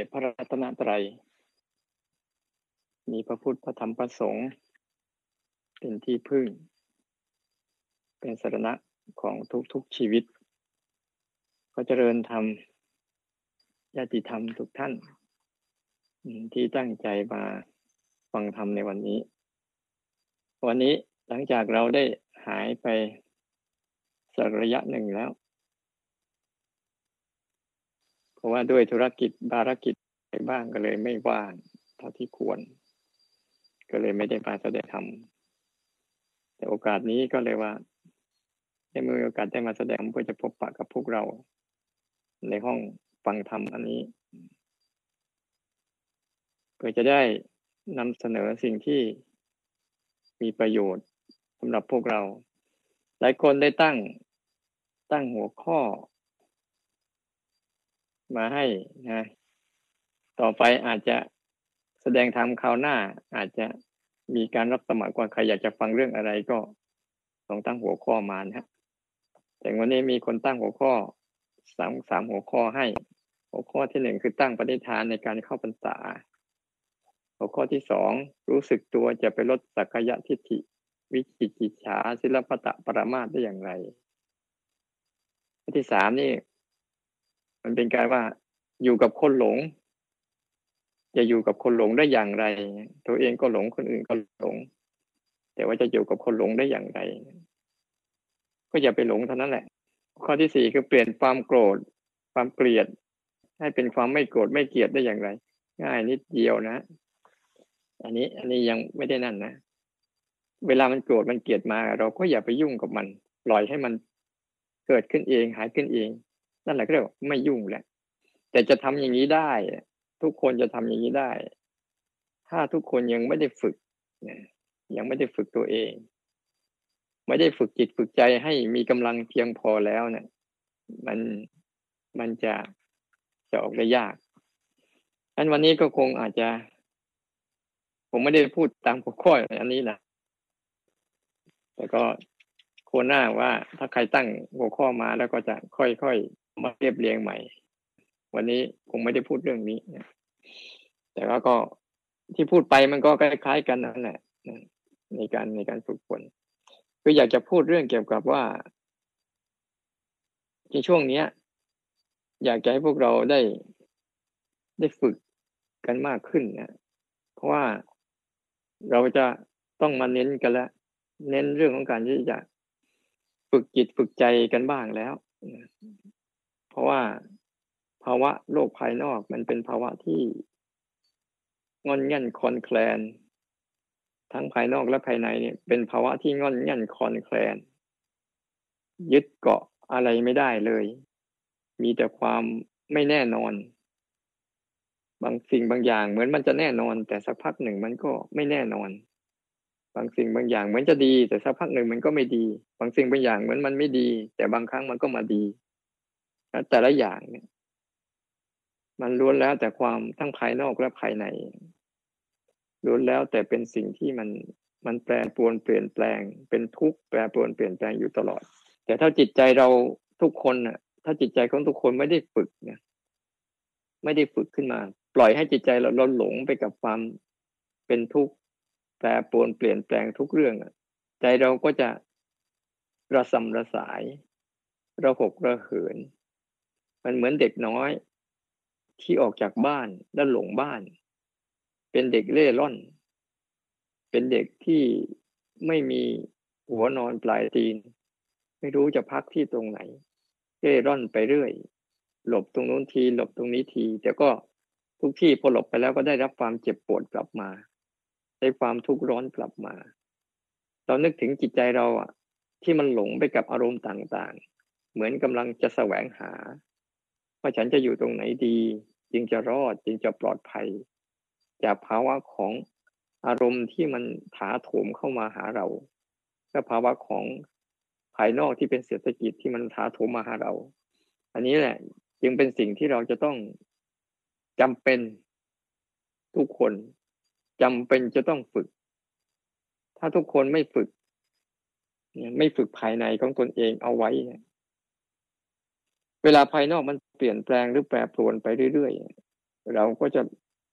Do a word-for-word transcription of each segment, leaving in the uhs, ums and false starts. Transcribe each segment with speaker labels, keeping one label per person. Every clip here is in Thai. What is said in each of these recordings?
Speaker 1: พระรัตนตรัยมีพระพุทธพระธรรมพระสงฆ์เป็นที่พึ่งเป็นสรณะของทุกๆชีวิตก็เจริญธรรมญาติธรรมทุกท่านที่ตั้งใจมาฟังธรรมในวันนี้วันนี้หลังจากเราได้หายไปสักระยะหนึ่งแล้วเพราะว่าด้วยธุรกิจภารกิจอะไรบ้างก็เลยไม่ว่างเท่าที่ควรก็เลยไม่ได้มาแสดงธรรมแต่โอกาสนี้ก็เลยว่าได้มีโอกาสได้มาแสดงเพื่อจะพบปะกับพวกเราในห้องฟังธรรมอันนี้เพื่อจะได้นำเสนอสิ่งที่มีประโยชน์สำหรับพวกเราหลายคนได้ตั้งตั้งหัวข้อมาให้นะต่อไปอาจจะแสดงธรรมคราวหน้าอาจจะมีการรับสมัครว่าใครอยากจะฟังเรื่องอะไรก็ต้องตั้งหัวข้อมานะแต่วันนี้มีคนตั้งหัวข้อสามสามหัวข้อให้หัวข้อที่หนึ่งคือตั้งปณิธานในการเข้าพรรษาหัวข้อที่สองรู้สึกตัวจะไปลดสักกายทิฏฐิวิจิกิจฉาศิลปตะปรามาสได้อย่างไรข้อที่สามนี่มันเป็นการว่าอยู่กับคนหลงจะอยู่กับคนหลงได้อย่างไรตัวเองก็หลงคนอื่นก็หลงแต่ว่าจะอยู่กับคนหลงได้อย่างไรก็อย่าไปหลงเท่านั้นแหละข้อที่สี่คือเปลี่ยนความโกรธความเกลียดให้เป็นความไม่โกรธไม่เกลียดได้อย่างไรง่ายนิดเดียวนะอันนี้อันนี้ยังไม่ได้นั่นนะเวลามันโกรธมันเกลียดมาเราก็อย่าไปยุ่งกับมันปล่อยให้มันเกิดขึ้นเองหายขึ้นเองนั่นแหละก็เรียกว่าไม่ยุ่งแหละแต่จะทำอย่างนี้ได้ทุกคนจะทำอย่างนี้ได้ถ้าทุกคนยังไม่ได้ฝึกยังไม่ได้ฝึกตัวเองไม่ได้ฝึกจิตฝึกใจให้มีกำลังเพียงพอแล้วเนี่ยมันมันจะจะออกได้ยากอันวันนี้ก็คงอาจจะผมไม่ได้พูดตามหัวข้ออันนี้นะแต่ก็โคนหน้าว่าถ้าใครตั้งหัวข้อมาแล้วก็จะค่อยๆมาเรียบเรียงใหม่วันนี้คงไม่ได้พูดเรื่องนี้นะแต่ว่าก็ที่พูดไปมันก็คล้ายๆกันนั่นแหละในการในการฝึกฝนก็อยากจะพูดเรื่องเกี่ยวกับว่าในช่วงนี้อยากจะให้พวกเราได้ได้ฝึกกันมากขึ้นนะเพราะว่าเราจะต้องมาเน้นกันแล้วเน้นเรื่องของการที่จะฝึกจิตฝึกใจกันบ้างแล้วเพราะว่าภาวะโลกภายนอกมันเป็นภาวะที่งอนแง่นคลอนแคลนทั้งภายนอกและภายในเนี่ยเป็นภาวะที่งอนแง่นคลอนแคลนยึดเกาะอะไรไม่ได้เลยมีแต่ความไม่แน่นอนบางสิ่งบางอย่างเหมือนมันจะแน่นอนแต่สักพักหนึ่งมันก็ไม่แน่นอนบางสิ่งบางอย่างเหมือนจะดีแต่สักพักหนึ่งมันก็ไม่ดีบางสิ่งบางอย่างเหมือนมันไม่ดีแต่บางครั้งมันก็มาดีแต่ละอย่างเนี่ยมันล้วนแล้วแต่ความทั้งภายนอกและภายในล้วนแล้วแต่เป็นสิ่งที่มันมันแปรปรวนเปลี่ยนแปลงเป็นทุกข์แปรปรวนเปลี่ยนแปลงอยู่ตลอดแต่ถ้าจิตใจเราทุกคนน่ะถ้าจิตใจของทุกคนไม่ได้ฝึกเนี่ยไม่ได้ฝึกขึ้นมาปล่อยให้จิตใจเราเราหลงไปกับความเป็นทุกข์แปรปรวนเปลี่ยนแปลงทุกเรื่องใจเราก็จะระสำระสายระหกระเหินมันเหมือนเด็กน้อยที่ออกจากบ้านแล้วหลงบ้านเป็นเด็กเล่ร่อนเป็นเด็กที่ไม่มีหัวนอนปลายตีนไม่รู้จะพักที่ตรงไหนเล่ร่อนไปเรื่อยหลบตรงนู้นทีหลบตรงนี้ทีแต่ก็ทุกที่พอหลบไปแล้วก็ได้รับความเจ็บปวดกลับมาได้ความทุกข์ร้อนกลับมาเรานึกถึงจิตใจเราอ่ะที่มันหลงไปกับอารมณ์ต่างๆเหมือนกำลังจะแสวงหาว่าฉันจะอยู่ตรงไหนดีจึงจะรอดจึงจะปลอดภัยจากภาวะของอารมณ์ที่มันถาโถมเข้ามาหาเราและภาวะของภายนอกที่เป็นเศรษฐกิจที่มันถาโถมมาหาเราอันนี้แหละจึงเป็นสิ่งที่เราจะต้องจำเป็นทุกคนจำเป็นจะต้องฝึกถ้าทุกคนไม่ฝึกไม่ฝึกภายในของตนเองเอาไว้เนี่ยเวลาภายนอกมันเปลี่ยนแปลงหรือแปรปรวนไปเรื่อยเราก็จะ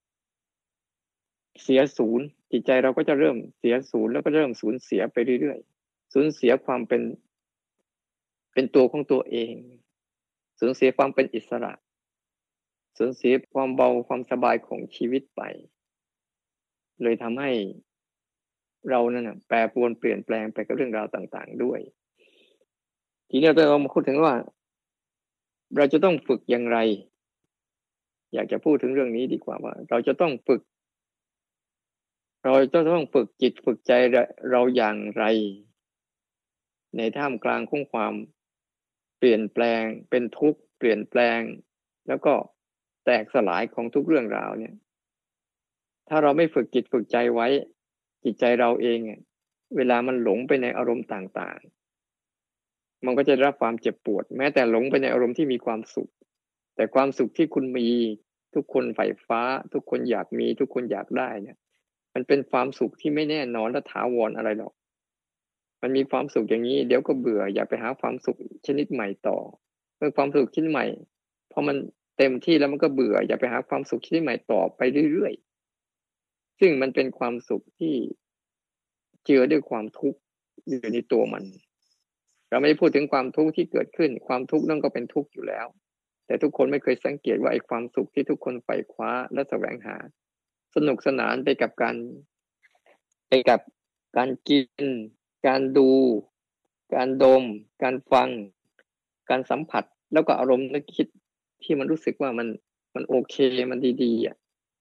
Speaker 1: เสียศูนย์จิตใจเราก็จะเริ่มเสียศูนย์แล้วก็เริ่มสูญเสียไปเรื่อยๆสูญเสียความเป็นเป็นตัวของตัวเองสูญเสียความเป็นอิสระสูญเสียความเบาความสบายของชีวิตไปเลยทำให้เรานั่นน่ะแปรปรวนเปลี่ยนแปลงไปกับเรื่องราวต่างๆด้วยทีนี้เรามาพูดถึงว่าเราจะต้องฝึกอย่างไรอยากจะพูดถึงเรื่องนี้ดีกว่าว่าเราจะต้องฝึกเราจะต้องฝึกจิตฝึกใจเราอย่างไรในท่ามกลางของความเปลี่ยนแปลงเป็นทุกข์เปลี่ยนแปลงแล้วก็แตกสลายของทุกเรื่องราวเนี่ยถ้าเราไม่ฝึกจิตฝึกใจไว้จิตใจเราเองเวลามันหลงไปในอารมณ์ต่างๆมันก็จะรับความเจ็บปวดแม้แต่หลงไปในอารมณ์ที่มีความสุขแต่ความสุขที่คุณมีทุกคนใฝ่ฟ้าทุกคนอยากมีทุกคนอยากได้เนี่ยมันเป็นความสุขที่ไม่แน่นอนและถาวรอะไรหรอกมันมีความสุขอย่างนี้เดี๋ยวก็เบื่ออยากไปหาความสุขชนิดใหม่ต่อเมื่อความสุขชนิดใหม่พอมันเต็มที่แล้วมันก็เบื่ออยากไปหาความสุขชนิดใหม่ต่อไปเรื่อยๆซึ่งมันเป็นความสุขที่เจือด้วยความทุกข์อยู่ในตัวมันเราไม่ได้พูดถึงความทุกข์ที่เกิดขึ้นความทุกข์นั่นก็เป็นทุกข์อยู่แล้วแต่ทุกคนไม่เคยสังเกตว่าไอ้ความสุขที่ทุกคนใฝ่คว้าและแสวงหาสนุกสนานไปกับการไปกับการกินการดูการดมการฟังการสัมผัสแล้วก็อารมณ์นึกคิดที่มันรู้สึกว่ามันมันโอเคมันดีๆอ่ะ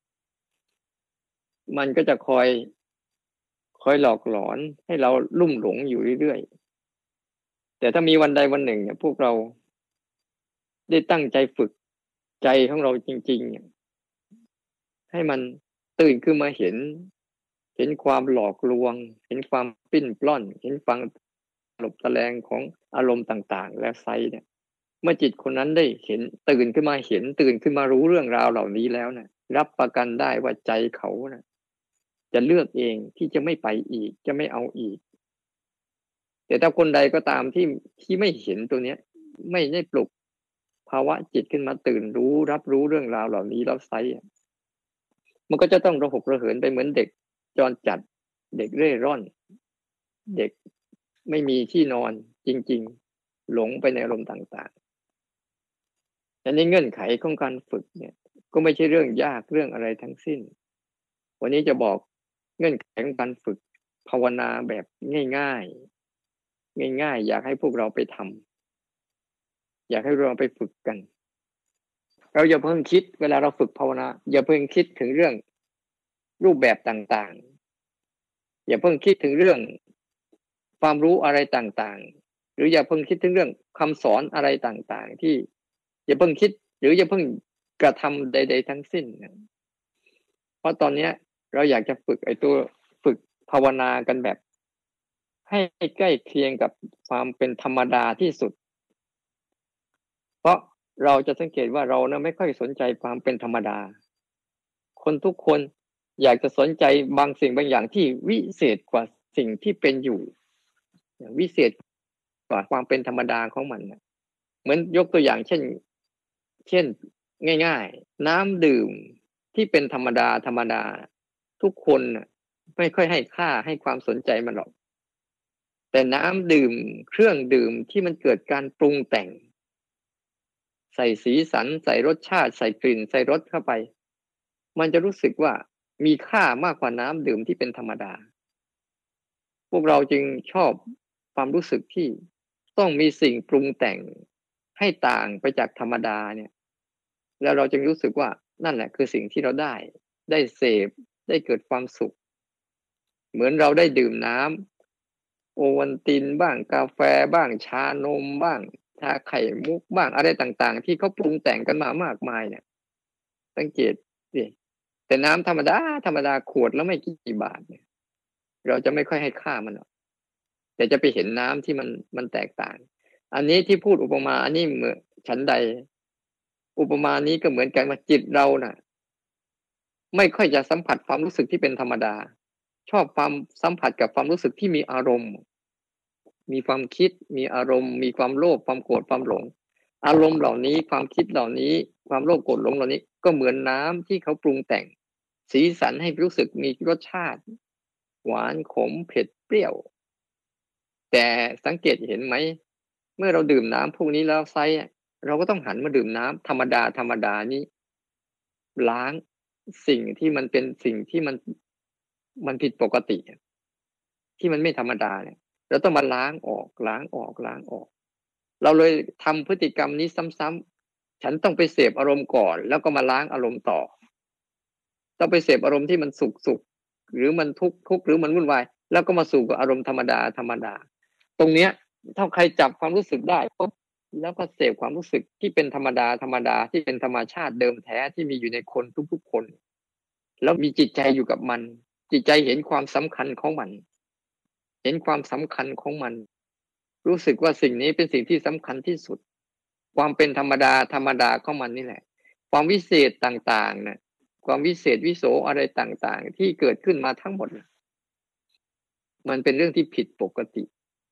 Speaker 1: มันก็จะคอยคอยหลอกหลอนให้เราลุ่มหลงอยู่เรื่อยๆแต่ถ้ามีวันใดวันหนึ่งเนี่ยพวกเราได้ตั้งใจฝึกใจของเราจริงๆให้มันตื่นขึ้นมาเห็นเห็นความหลอกลวงเห็นความปิ้นปล้อนเห็นฟังหลบแสลงของอารมณ์ต่างๆและไซเนี่ยเมื่อจิตคนนั้นได้เห็นตื่นขึ้นมาเห็นตื่นขึ้นมารู้เรื่องราวเหล่านี้แล้วนะรับประกันได้ว่าใจเขานะจะเลือกเองที่จะไม่ไปอีกจะไม่เอาอีกแต่ถ้าคนใดก็ตามที่ที่ไม่เห็นตัวเนี้ยไม่ได้ปลุกภาวะจิตขึ้นมาตื่นรู้รับรู้เรื่องราวเหล่านี้แล้วไซมันก็จะต้องระหกระเหินไปเหมือนเด็กจรจัดเด็กเร่ร่อนเด็กไม่มีที่นอนจริงๆหลงไปในอารมณ์ต่างๆอันนี้เงื่อนไขของการฝึกเนี่ยก็ไม่ใช่เรื่องยากเรื่องอะไรทั้งสิ้นวันนี้จะบอกเงื่อนไขของการฝึกภาวนาแบบง่ายๆง่ายๆอยากให้พวกเราไปทำอยากให้เราไปฝึกกันเราอย่าเพิ่งคิดเวลาเราฝึกภาวนาอย่าเพิ่งคิดถึงเรื่องรูปแบบต่างๆอย่าเพิ่งคิดถึงเรื่องความรู้อะไรต่างๆหรืออย่าเพิ่งคิดถึงเรื่องคำสอนอะไรต่างๆที่อย่าเพิ่งคิดหรืออย่าเพิ่งกระทำใดๆทั้งสิ้นเพราะตอนนี้เราอยากจะฝึกไอ้ตัวฝึกภาวนากันแบบให้ใกล้เคียงกับความเป็นธรรมดาที่สุดเพราะเราจะสังเกตว่าเรานะไม่ค่อยสนใจความเป็นธรรมดาคนทุกคนอยากจะสนใจบางสิ่งบางอย่างที่วิเศษกว่าสิ่งที่เป็นอยู่วิเศษกว่าความเป็นธรรมดาของมันเหมือนยกตัวอย่างเช่นเช่นง่ายๆน้ำดื่มที่เป็นธรรมดาธรรมดาทุกคนไม่ค่อยให้ค่าให้ความสนใจมันหรอกแต่น้ำดื่มเครื่องดื่มที่มันเกิดการปรุงแต่งใส่สีสันใส่รสชาติใส่กลิ่นใส่รสเข้าไปมันจะรู้สึกว่ามีค่ามากกว่าน้ำดื่มที่เป็นธรรมดาพวกเราจึงชอบความรู้สึกที่ต้องมีสิ่งปรุงแต่งให้ต่างไปจากธรรมดาเนี่ยแล้วเราจึงรู้สึกว่านั่นแหละคือสิ่งที่เราได้ได้เสพได้เกิดความสุขเหมือนเราได้ดื่มน้ำโอวัลตินบ้างกาแฟบ้างชานมบ้างชาไข่มุกบ้างอะไรต่างๆที่เขาปรุงแต่งกันมามากมายเนี่ยสังเกตสิแต่น้ำธรรมดาธรรมดาขวดแล้วไม่กี่บาทเนี่ยเราจะไม่ค่อยให้ค่ามันหรอกแต่จะไปเห็นน้ำที่มันมันแตกต่างอันนี้ที่พูดอุปมาอันนี้เหมือนฉันใดอุปมานี้ก็เหมือนกันว่าจิตเราน่ะไม่ค่อยจะสัมผัสความรู้สึกที่เป็นธรรมดาชอบความสัมผัสกับความรู้สึกที่มีอารมณ์มีความคิดมีอารมณ์มีความโลภความโกรธความหลงอารมณ์เหล่านี้ความคิดเหล่านี้ความโลภโกรธหลงเหล่านี้ก็เหมือนน้ำที่เขาปรุงแต่งสีสันให้รู้สึกมีรสชาติหวานขมเผ็ดเปรี้ยวแต่สังเกตเห็นไหมเมื่อเราดื่มน้ำพวกนี้แล้วไซส์เราก็ต้องหันมาดื่มน้ำธรรมดาธรรมดานี้ล้างสิ่งที่มันเป็นสิ่งที่มันมันผิดปกติที่มันไม่ธรรมดาเนี่ยเราต้องมาล้างออกล้างออกล้างออกเราเลยทำพฤติกรรมนี้ซ้ำๆฉันต้องไปเสพอารมณ์ก่อนแล้วก็มาล้างอารมณ์ต่อต้องไปเสพอารมณ์ที่มันสุขสุขหรือมันทุกข์ทุกข์หรือมันวุ่นวายแล้วก็มาสู่กับอารมณ์ธรรมดาธรรมดาตรงเนี้ยถ้าใครจับความรู้สึกได้ปุ๊บแล้วก็เสพความรู้สึกที่เป็นธรรมดาธรรมดาที่เป็นธรรมชาติเดิมแท้ที่มีอยู่ในคนทุกๆคนแล้วมีจิตใจอยู่กับมันจิตใจเห็นความสำคัญของมันเห็นความสำคัญของมันรู้สึกว่าสิ่งนี้เป็นสิ่งที่สำคัญที่สุดความเป็นธรรมดาธรรมดาของมันนี่แหละความวิเศษต่างๆนะความวิเศษวิโสอะไรต่างๆที่เกิดขึ้นมาทั้งหมดมันเป็นเรื่องที่ผิดปกติ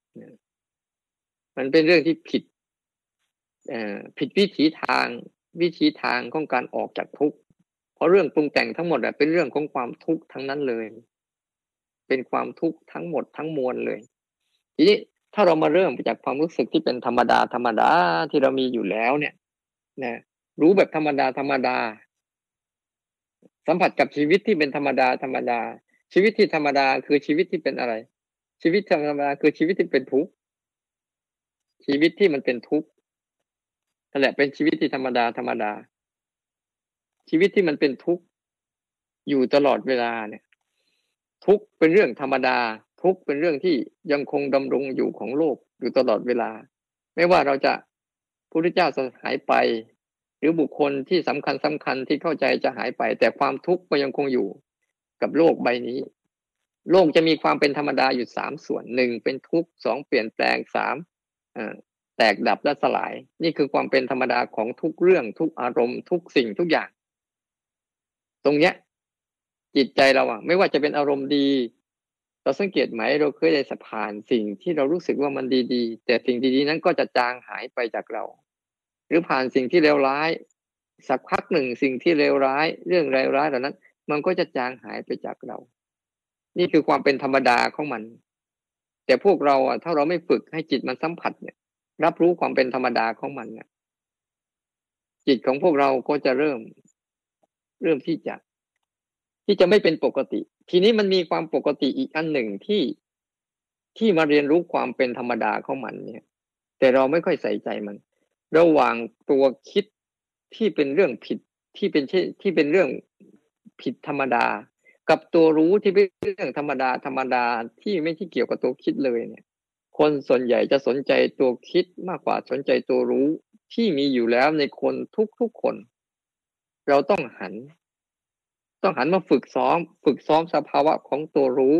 Speaker 1: มันเป็นเรื่องที่ผิดเอ่อผิดวิถีทางวิถีทางของการออกจากทุกข์เพราะเรื่องปรุงแต่งทั้งหมดอ่ะเป็นเรื่องของความทุกข์ทั้งนั้นเลยเป็นความทุกข์ทั้งหมดทั้งมวลเลยทีนี้ถ้าเรามาเริ่มจากความรู้สึกที่เป็นธรรมดาธรรมดาที่เรามีอยู่แล้วเนี่ยนะรู้แบบธรรมดาธรรมดาสัมผัสกับชีวิตที่เป็นธรรมดาธรรมดาชีวิตที่ธรรมดาคือชีวิตที่เป็นอะไรชีวิตธรรมดาคือชีวิตที่เป็นทุกข์ชีวิตที่มันเป็นทุกข์นั่นแหละเป็นชีวิตที่ธรรมดาธรรมดาชีวิตที่มันเป็นทุกข์อยู่ตลอดเวลาเนี่ยทุกข์เป็นเรื่องธรรมดาทุกข์เป็นเรื่องที่ยังคงดำรงอยู่ของโลกอยู่ตลอดเวลาไม่ว่าเราจะพระพุทธเจ้าจะหายไปหรือบุคคลที่สำคัญสำคัญที่เข้าใจจะหายไปแต่ความทุกข์ก็ยังคงอยู่กับโลกใบนี้โลกจะมีความเป็นธรรมดาอยู่สามส่วนหนึ่งเป็นทุกข์สองเปลี่ยนแปลงสามแตกดับและสลายนี่คือความเป็นธรรมดาของทุกเรื่องทุกอารมณ์ทุกสิ่งทุกอย่างตรงเนี้ยจิตใจเราอ่ะไม่ว่าจะเป็นอารมณ์ดีเราสังเกตไหมเราเคยได้ผ่านสิ่งที่เรารู้สึกว่ามันดีๆแต่สิ่งดีๆนั้นก็จะจางหายไปจากเราหรือผ่านสิ่งที่เลวร้ายสักพักหนึ่งสิ่งที่เลวร้ายเรื่องเลวร้ายเหล่านั้นมันก็จะจางหายไปจากเรานี่คือความเป็นธรรมดาของมันแต่พวกเราอ่ะถ้าเราไม่ฝึกให้จิตมันสัมผัสเนี่ยรับรู้ความเป็นธรรมดาของมันเนี่ยจิตของพวกเราก็จะเริ่มเริ่มที่จะที่จะไม่เป็นปกติทีนี้มันมีความปกติอีกอันหนึ่งที่ที่มาเรียนรู้ความเป็นธรรมดาของมันเนี่ยแต่เราไม่ค่อยใส่ใจมันระหว่างตัวคิดที่เป็นเรื่องผิดที่เป็นที่เป็นเรื่องผิดธรรมดากับตัวรู้ที่เป็นเรื่องธรรมดาธรรมดาที่ไม่ที่เกี่ยวกับตัวคิดเลยเนี่ยคนส่วนใหญ่จะสนใจตัวคิดมากกว่าสนใจตัวรู้ที่มีอยู่แล้วในคนทุกๆคนเราต้องหันต้องหันมาฝึกซ้อมฝึกซ้อมสภาวะของตัวรู้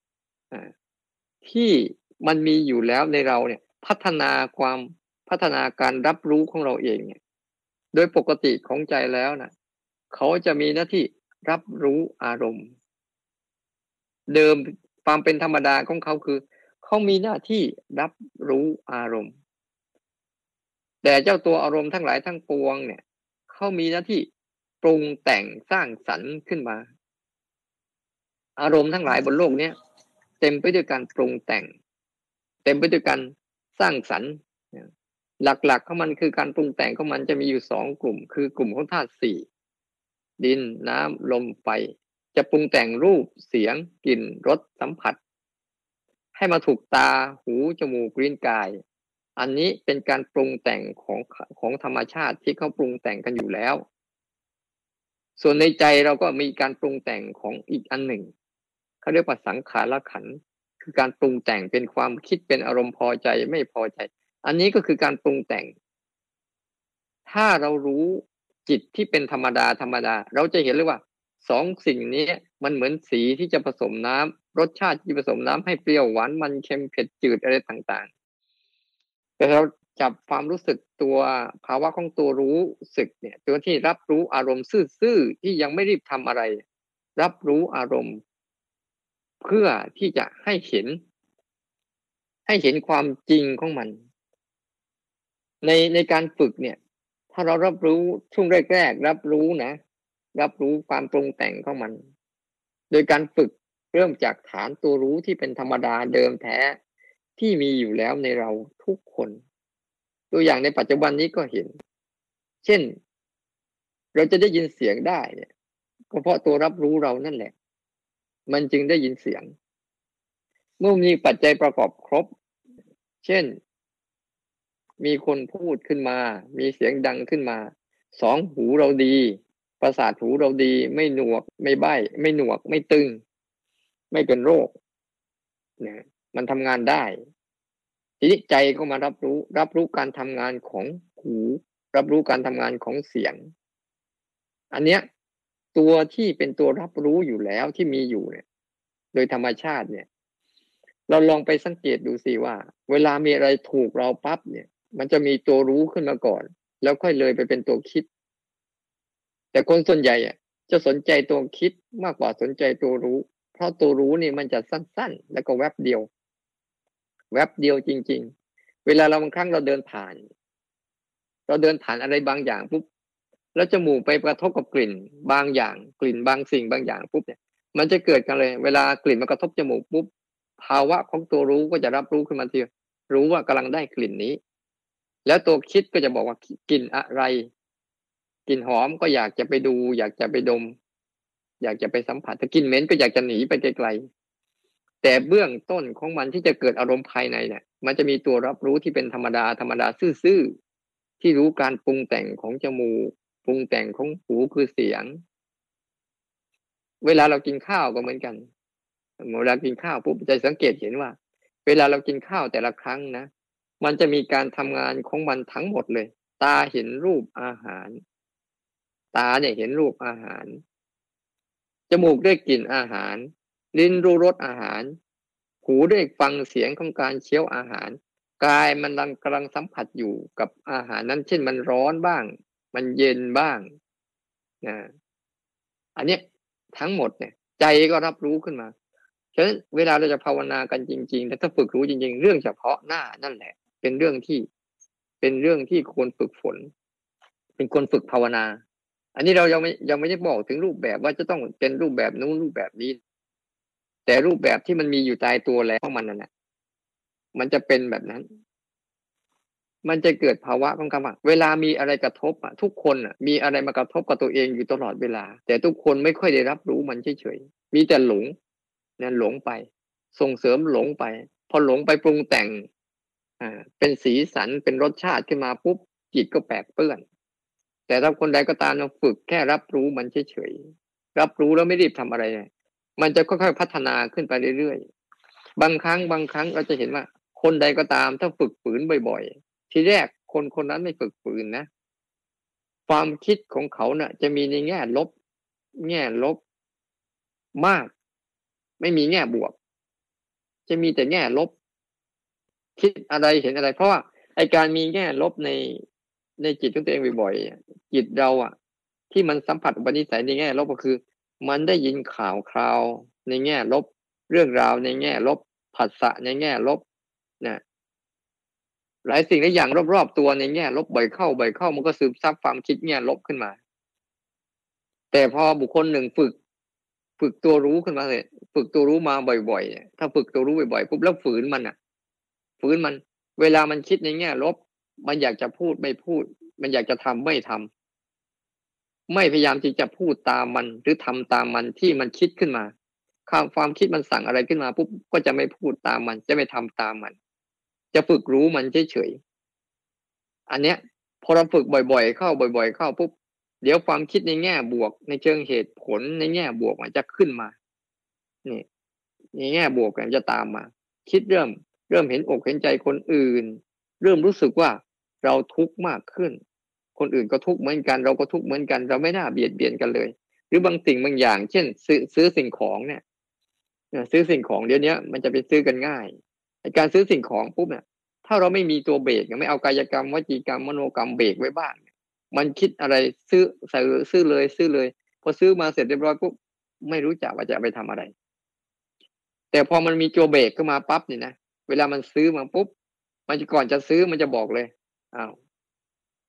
Speaker 1: ที่มันมีอยู่แล้วในเราเนี่ยพัฒนาความพัฒนาการรับรู้ของเราเองเนี่ยโดยปกติของใจแล้วนะเขาจะมีหน้าที่รับรู้อารมณ์เดิมความเป็นธรรมดาของเขาคือเขามีหน้าที่รับรู้อารมณ์แต่เจ้าตัวอารมณ์ทั้งหลายทั้งปวงเนี่ยเขามีหน้าที่ปรุงแต่งสร้างสรรค์ขึ้นมาอารมณ์ทั้งหลายบนโลกนี้เต็มไปด้วยการปรุงแต่งเต็มไปด้วยการสร้างสรรค์หลักๆของมันคือการปรุงแต่งของมันจะมีอยู่สองกลุ่มคือกลุ่มของธาตุสี่ดินน้ำลมไฟจะปรุงแต่งรูปเสียงกลิ่นรสสัมผัสให้มาถูกตาหูจมูกลิ้นกายอันนี้เป็นการปรุงแต่งของของธรรมชาติที่เขาปรุงแต่งกันอยู่แล้วส่วนในใจเราก็มีการปรุงแต่งของอีกอันหนึ่งเขาเรียกว่าสังขารขันธ์คือการปรุงแต่งเป็นความคิดเป็นอารมณ์พอใจไม่พอใจอันนี้ก็คือการปรุงแต่งถ้าเรารู้จิตที่เป็นธรรมดาธรรมดาเราจะเห็นเลยว่าสองสิ่งนี้มันเหมือนสีที่จะผสมน้ำรสชาติที่ผสมน้ำให้เปรี้ยวหวานมันเค็มเผ็ดจืดอะไรต่างๆแต่เราจับความรู้สึกตัวภาวะของตัวรู้สึกเนี่ยตัวที่รับรู้อารมณ์ซื่อๆที่ยังไม่รีบทำอะไรรับรู้อารมณ์เพื่อที่จะให้เห็นให้เห็นความจริงของมันในในการฝึกเนี่ยถ้าเรารับรู้ช่วงแรกๆรับรู้นะรับรู้ความปรุงแต่งของมันโดยการฝึกเริ่มจากฐานตัวรู้ที่เป็นธรรมดาเดิมแท้ที่มีอยู่แล้วในเราทุกคนตัวอย่างในปัจจุบันนี้ก็เห็นเช่นเราจะได้ยินเสียงได้เนี่ยก็เพราะตัวรับรู้เรานั่นแหละมันจึงได้ยินเสียงเมื่อมีปัจจัยประกอบครบเช่นมีคนพูดขึ้นมามีเสียงดังขึ้นมาสองหูเราดีประสาทหูเราดีไม่หนวกไม่ใบ้ไม่หนวกไม่ตึงไม่เป็นโรคนะมันทำงานได้ทีนี้ใจก็มารับรู้รับรู้การทำงานของหูรับรู้การทำงานของเสียงอันเนี้ยตัวที่เป็นตัวรับรู้อยู่แล้วที่มีอยู่เนี่ยโดยธรรมชาติเนี่ยเราลองไปสังเกตดูสิว่าเวลามีอะไรถูกเราปั๊บเนี่ยมันจะมีตัวรู้ขึ้นมาก่อนแล้วค่อยเลยไปเป็นตัวคิดแต่คนส่วนใหญ่อ่ะจะสนใจตัวคิดมากกว่าสนใจตัวรู้เพราะตัวรู้นี่มันจะสั้นๆแล้วก็แวบเดียวแวบเดียวจริงๆเวลาเราบางครั้งเราเดินผ่านเราเดินผ่านอะไรบางอย่างปุ๊บแล้วจมูกไปกระทบกับกลิ่นบางอย่างกลิ่นบางสิ่งบางอย่างปุ๊บเนี่ยมันจะเกิดกันเลยเวลากลิ่นมากระทบจมูกปุ๊บภาวะของตัวรู้ก็จะรับรู้ขึ้นมาทีรู้ว่ากำลังได้กลิ่นนี้แล้วตัวคิดก็จะบอกว่ากลิ่นอะไรกลิ่นหอมก็อยากจะไปดูอยากจะไปดมอยากจะไปสัมผัสถ้ากลิ่นเหม็นก็อยากจะหนีไปไกลๆแต่เบื้องต้นของมันที่จะเกิดอารมณ์ภายในเนี่ยมันจะมีตัวรับรู้ที่เป็นธรรมดาธรรมดาซื่อๆที่รู้การปรุงแต่งของจมูกปรุงแต่งของหูคือเสียงเวลาเรากินข้าวก็เหมือนกันเวลากินข้าวปุ๊บจะสังเกตเห็นว่าเวลาเรากินข้าวแต่ละครั้งนะมันจะมีการทำงานของมันทั้งหมดเลยตาเห็นรูปอาหารตาเนี่ยเห็นรูปอาหารจมูกได้กลิ่นอาหารลิ้นรู้รสอาหารหูได้ฟังเสียงของการเคี้ยวอาหารกายมันกำลังสัมผัสอยู่กับอาหารนั้นเช่นมันร้อนบ้างมันเย็นบ้างนะอันนี้ทั้งหมดเนี่ยใจก็รับรู้ขึ้นมาฉะนั้นเวลาเราจะภาวนากันจริงๆแต่ถ้าฝึกรู้จริงๆเรื่องเฉพาะหน้านั่นแหละเป็นเรื่องที่เป็นเรื่องที่ควรฝึกฝนเป็นคนฝึกภาวนาอันนี้เรายังไม่ยังไม่ได้บอกถึงรูปแบบว่าจะต้องเป็นรูปแบบนู้นรูปแบบนี้แต่รูปแบบที่มันมีอยู่ตายตัวแล้วของมันนั่นแหละมันจะเป็นแบบนั้นมันจะเกิดภาวะของคำว่าเวลามีอะไรกระทบอ่ะทุกคนอ่ะมีอะไรมากระทบกับตัวเองอยู่ตลอดเวลาแต่ทุกคนไม่ค่อยได้รับรู้มันเฉยๆมีแต่หลงเนี่ยหลงไปส่งเสริมหลงไปพอหลงไปปรุงแต่งอ่าเป็นสีสันเป็นรสชาติขึ้นมาปุ๊บจิตก็แปรเปื้อนแต่ถ้าคนใดก็ตามเราฝึกแค่รับรู้มันเฉยๆรับรู้แล้วไม่รีบทำอะไรเลยมันจะค่อยๆพัฒนาขึ้นไปเรื่อยๆบางครั้งบางครั้งเราจะเห็นว่าคนใดก็ตามถ้าฝึกฝืนบ่อยๆทีแรกคนคนนั้นไม่ฝึกฝืนนะความคิดของเขาเนะ่ะจะมีในแง่ลบแง่ลบมากไม่มีแง่บวกจะมีแต่แง่ลบคิดอะไรเห็นอะไรเพราะว่าไอการมีแง่ลบในในจิตของตัวเองบ่อยๆจิตเราอ่ะที่มันสัมผัสอุปนิสัยในแง่ลบก็คือมันได้ยินข่าวคราวในแง่ลบเรื่องราวในแง่ลบผัสสะในแง่ลบนะหลายสิ่งหลายอย่างรอบๆตัวในแง่ลบบ่อยเข้าบ่อยเข้ามันก็ซึมซับความคิดแง่ลบขึ้นมาแต่พอบุคคลหนึ่งฝึกฝึกตัวรู้ขึ้นมาเลยฝึกตัวรู้มาบ่อยๆเนี่ยถ้าฝึกตัวรู้บ่อยๆปุ๊บแล้วฝืนมันอ่ะฝืนมันเวลามันคิดในแง่ลบมันอยากจะพูดไม่พูดมันอยากจะทำไม่ทำไม่พยายามที่จะพูดตามมันหรือทำตามมันที่มันคิดขึ้นมาความความคิดมันสั่งอะไรขึ้นมาปุ๊บก็จะไม่พูดตามมันจะไม่ทำตามมันจะฝึกรู้มันเฉยๆอันเนี้ยพอเราฝึกบ่อยๆเข้าบ่อยๆเข้าปุ๊บเดี๋ยวความคิดในแง่บวกในเชิงเหตุผลในแง่บวกมันจะขึ้นมานี่ในแง่บวกมันจะตามมาคิดเริ่มเริ่มเห็นอกเห็นใจคนอื่นเริ่มรู้สึกว่าเราทุกข์มากขึ้นคนอื่นก็ทุกข์เหมือนกันเราก็ทุกข์เหมือนกันเราไม่น่าเบียดเบียนกันเลยหรือบางสิ่งบางอย่างเช่นซื้อซื้อสิ่งของเนี่ยซื้อสิ่งของเดี๋ยวนี้มันจะไปซื้อกันง่ายการซื้อสิ่งของปุ๊บเนี่ยถ้าเราไม่มีตัวเบรกไม่เอากายกรรมวจีกรรมมโนกรรมเบรกไว้บ้างมันคิดอะไรซื้อใส่ซื้อเลยซื้อเลยพอซื้อมาเสร็จเรียบร้อยปุ๊บไม่รู้จักว่าจะไปทำอะไรแต่พอมันมีตัวเบรกขึ้นมาปั๊บนี่นะเวลามันซื้อมาปุ๊บมันก่อนจะซื้อมันจะบอกเลยอ้าว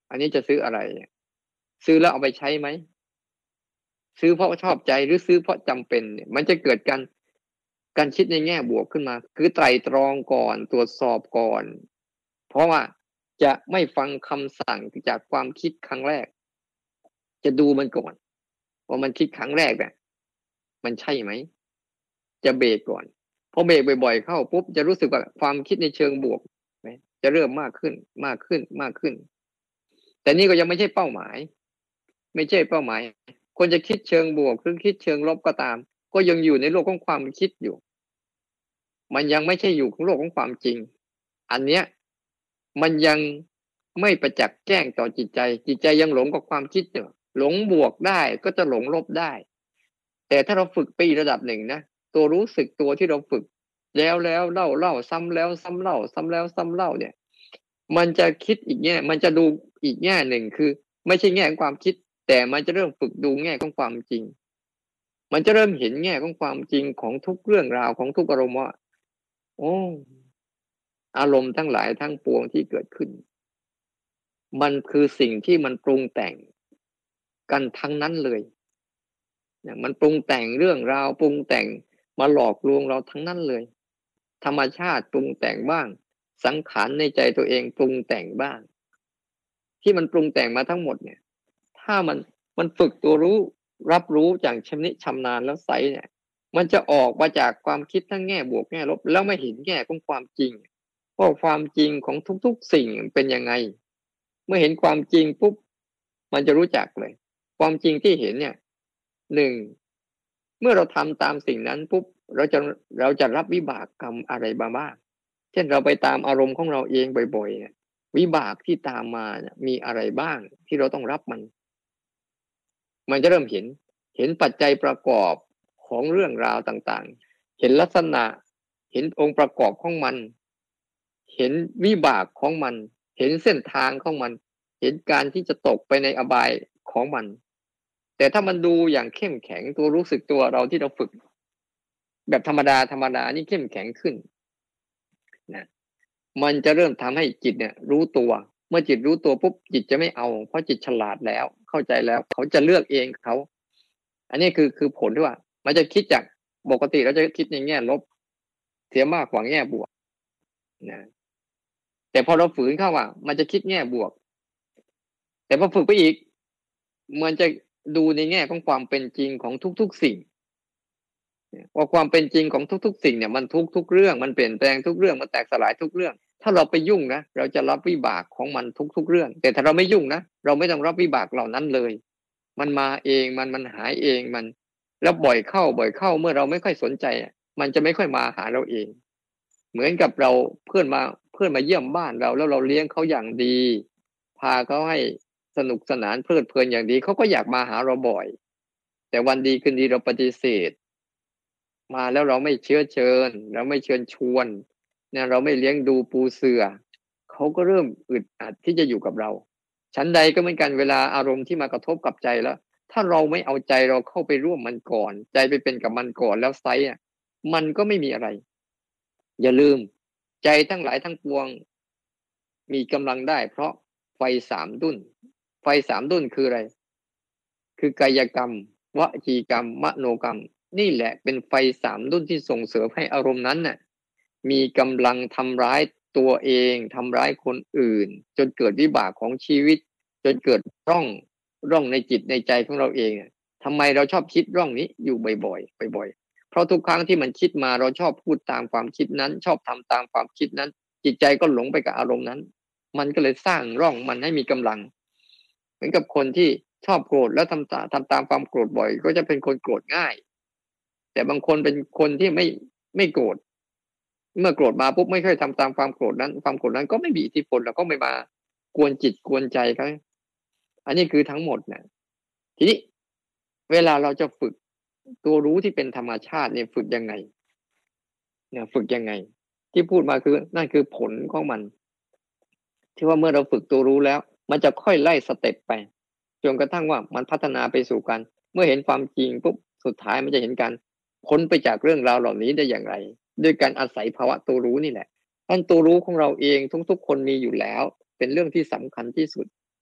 Speaker 1: อันนี้จะซื้ออะไรซื้อแล้วเอาไปใช้ไหมซื้อเพราะชอบใจหรือซื้อเพราะจำเป็นเนี่ยมันจะเกิดการการคิดในแง่บวกขึ้นมาคือไตร่ตรองก่อนตรวจสอบก่อนเพราะว่าจะไม่ฟังคำสั่งจากความคิดครั้งแรกจะดูมันก่อนว่ามันคิดครั้งแรกเนี่ยมันใช่ไหมจะเบรกก่อนพอเบรกบ่อยๆเข้าปุ๊บจะรู้สึกว่าความคิดในเชิงบวกจะเริ่มมากขึ้นมากขึ้นมากขึ้นแต่นี่ก็ยังไม่ใช่เป้าหมายไม่ใช่เป้าหมายคนจะคิดเชิงบวกหรือคิดเชิงลบก็ตามก็ยังอยู่ในโลกของความคิดอยู่มันยังไม่ใช่อยู่ในโลกของความจริงอันเนี้ยมันยังไม่ประจักษ์แจ้งต่อจิตใจจิตใจยังหลงกับความคิดอยู่หลงบวกได้ก็จะหลงลบได้แต่ถ้าเราฝึกไประดับหนึ่งนะตัวรู้สึกตัวที่เราฝึกแล้วแล้วเล่าเล่าซ้ำแล้วซ้ำเล่าซ้ำแล้วซ้ำเล่าเนี่ยมันจะคิดอีกแง่มันจะดูอีกแง่หนึ่งคือไม่ใช่แง่ของความคิดแต่มันจะเริ่มฝึกดูแง่ของความจริงมันจะเริ่มเห็นแง่ของความจริงของทุกเรื่องราวของทุกอารมณ์ว่าโอ้อารมณ์ทั้งหลายทั้งปวงที่เกิดขึ้นมันคือสิ่งที่มันปรุงแต่งกันทั้งนั้นเลยเนี่ยมันปรุงแต่งเรื่องราวปรุงแต่งมาหลอกลวงเราทั้งนั้นเลยธรรมชาติปรุงแต่งบ้างสังขารในใจตัวเองปรุงแต่งบ้างที่มันปรุงแต่งมาทั้งหมดเนี่ยถ้ามันมันฝึกตัวรู้รับรู้จากชำนิชำนาญแล้วใสเนี่ยมันจะออกมาจากความคิดทั้งแง่บวกแง่ลบแล้วไม่เห็นแง่ของความจริงว่าความจริงของทุกๆสิ่งเป็นยังไงเมื่อเห็นความจริงปุ๊บมันจะรู้จักเลยความจริงที่เห็นเนี่ยหนึ่งเมื่อเราทำตามสิ่งนั้นปุ๊บเราจะเราจะรับวิบากกรรมอะไรมาบ้างเช่นเราไปตามอารมณ์ของเราเองบ่อยๆเนี่ยวิบากที่ตามมาเนี่ยมีอะไรบ้างที่เราต้องรับมันมันจะเริ่มเห็นเห็นปัจจัยประกอบของเรื่องราวต่างๆเห็นลักษณะเห็นองค์ประกอบของมันเห็นวิบากของมันเห็นเส้นทางของมันเห็นการที่จะตกไปในอบายของมันแต่ถ้ามันดูอย่างเข้มแข็งตัวรู้สึกตัวเราที่เราฝึกแบบธรรมดาธรรมดานี่เข้มแข็งขึ้นนะมันจะเริ่มทำให้จิตเนี่ยรู้ตัวเมื่อจิตรู้ตัวปุ๊บจิตจะไม่เอาเพราะจิตฉลาดแล้วเข้าใจแล้วเขาจะเลือกเองเขาอันนี้คือคือผลที่ว่ามันจะคิดจากปกติเราจะคิดในแง่ลบเสียมากกว่าแง่บวกนะแต่พอเราฝืนเข้าว่ามันจะคิดแง่บวกแต่พอฝึกไปอีกมันจะดูในแง่ของความเป็นจริงของทุกๆสิ่งว่าความเป็นจริงของทุกๆสิ่งเนี่ยมันทุกทุกเรื่องมันเปลี่ยนแปลงทุกเรื่องมันแตกสลายทุกเรื่องถ้าเราไปยุ่งนะเราจะรับวิบากของมันทุกๆเรื่องแต่ถ้าเราไม่ยุ่งนะเราไม่ต้องรับวิบากเหล่านั้นเลยมันมาเองมันมันหายเองมันแล้วบ่อยเข้าบ่อยเข้าเมื่อเราไม่ค่อยสนใจมันจะไม่ค่อยมาหาเราเองเหมือนกับเราเพื่อนมาเพื่อนมาเยี่ยมบ้านเราแล้วเราเลี้ยงเขาอย่างดีพาเขาให้สนุกสนานเพลิดเพลินอย่างดีเขาก็อยากมาหาเราบ่อยแต่วันดีคืนดีเราปฏิเสธมาแล้วเราไม่เชื้อเชิญเราไม่เชิญชวนเนี่ยเราไม่เลี้ยงดูปูเสือเขาก็เริ่มอึดอัดที่จะอยู่กับเราชั้นใดก็เหมือนกันเวลาอารมณ์ที่มากระทบกับใจแล้วถ้าเราไม่เอาใจเราเข้าไปร่วมมันก่อนใจไปเป็นกับมันก่อนแล้วไซส์อ่ะมันก็ไม่มีอะไรอย่าลืมใจทั้งหลายทั้งปวงมีกำลังได้เพราะไฟสามดุลไฟสามดุลคืออะไรคือกายกรรมวจีกรรมมโนกรรมนี่แหละเป็นไฟสามดุลที่ส่งเสริมให้อารมณ์นั้นน่ะมีกำลังทำร้ายตัวเองทำร้ายคนอื่นจนเกิดวิบากของชีวิตจนเกิดร่องร่องในจิตในใจของเราเองทำไมเราชอบคิดร่องนี้อยู่บ่อยๆบ่อยๆเพราะทุกครั้งที่มันคิดมาเราชอบพูดตามความคิดนั้นชอบทำตามความคิดนั้นจิตใจก็หลงไปกับอารมณ์นั้นมันก็เลยสร้างร่องมันให้มีกำลังเหมือนกับคนที่ชอบโกรธแล้วทำตามทำตามความโกรธบ่อยก็จะเป็นคนโกรธง่ายแต่บางคนเป็นคนที่ไม่ไม่โกรธเมื่อโกรธมาปุ๊บไม่ค่อยทำตามความโกรธนั้นความโกรธนั้นก็ไม่มีอิทธิพลแล้วก็ไม่มากวนจิตกวนใจเขาอันนี้คือทั้งหมดนะทีนี้เวลาเราจะฝึกตัวรู้ที่เป็นธรรมชาติเนี่ยฝึกยังไงเนี่ยฝึกยังไงที่พูดมาคือนั่นคือผลของมันที่ว่าเมื่อเราฝึกตัวรู้แล้วมันจะค่อยไล่สเต็ปไปจนกระทั่งว่ามันพัฒนาไปสู่กันเมื่อเห็นความจริงปุ๊บสุดท้ายมันจะเห็นการพ้นไปจากเรื่องราวเหล่านี้ได้อย่างไรด้วยการอาศัยภาวะตัวรู้นี่แหละท่านตัวรู้ของเราเองทุกๆคนมีอยู่แล้วเป็นเรื่องที่สำคัญที่สุด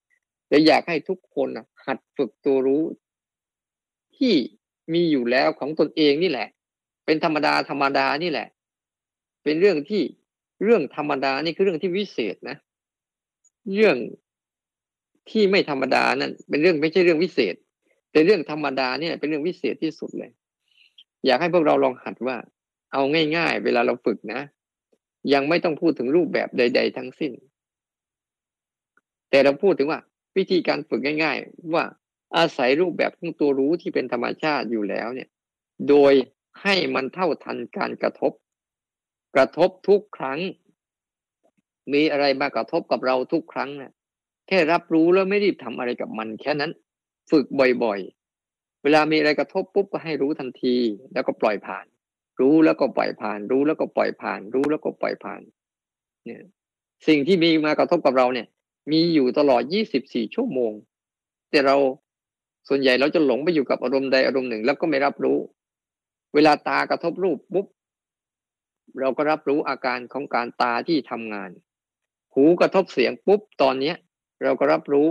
Speaker 1: แต่อยากให้ทุกคนนะหัดฝึกตัวรู้ที่มีอยู่แล้วของตนเองนี่แหละเป็นธรรมดาธรรมดานี่แหละเป็นเรื่องที่เรื่องธรรมดานี่คือเรื่องที่วิเศษนะเรื่องที่ไม่ธรรมดานั่นเป็นเรื่องไม่ใช่เรื่องวิเศษแต่เรื่องธรรมดาเนี่ยเป็นเรื่องวิเศษที่สุดเลยอยากให้พวกเราลองหัดว่าเอาง่ายๆเวลาเราฝึกนะยังไม่ต้องพูดถึงรูปแบบใดๆทั้งสิ้นแต่เราพูดถึงว่าวิธีการฝึกง่ายๆว่าอาศัยรูปแบบของตัวรู้ที่เป็นธรรมชาติอยู่แล้วเนี่ยโดยให้มันเท่าทันการกระทบกระทบทุกครั้งมีอะไรมากระทบกับเราทุกครั้งนะแค่รับรู้แล้วไม่รีบทำอะไรกับมันแค่นั้นฝึกบ่อยๆเวลามีอะไรกระทบปุ๊บก็ให้รู้ทันทีแล้วก็ปล่อยผ่านรู้แล้วก็ปล่อยผ่านรู้แล้วก็ปล่อยผ่านรู้แล้วก็ปล่อยผ่านเนี่ยสิ่งที่มีมากระทบกับเราเนี่ยมีอยู่ตลอดยี่สิบสี่ชั่วโมงแต่เราส่วนใหญ่เราจะหลงไปอยู่กับอารมณ์ใดอารมณ์หนึ่งแล้วก็ไม่รับรู้เวลาตากระทบรูปปุ๊บเราก็รับรู้อาการของการตาที่ทำงานหูกระทบเสียงปุ๊บตอนนี้เราก็รับรู้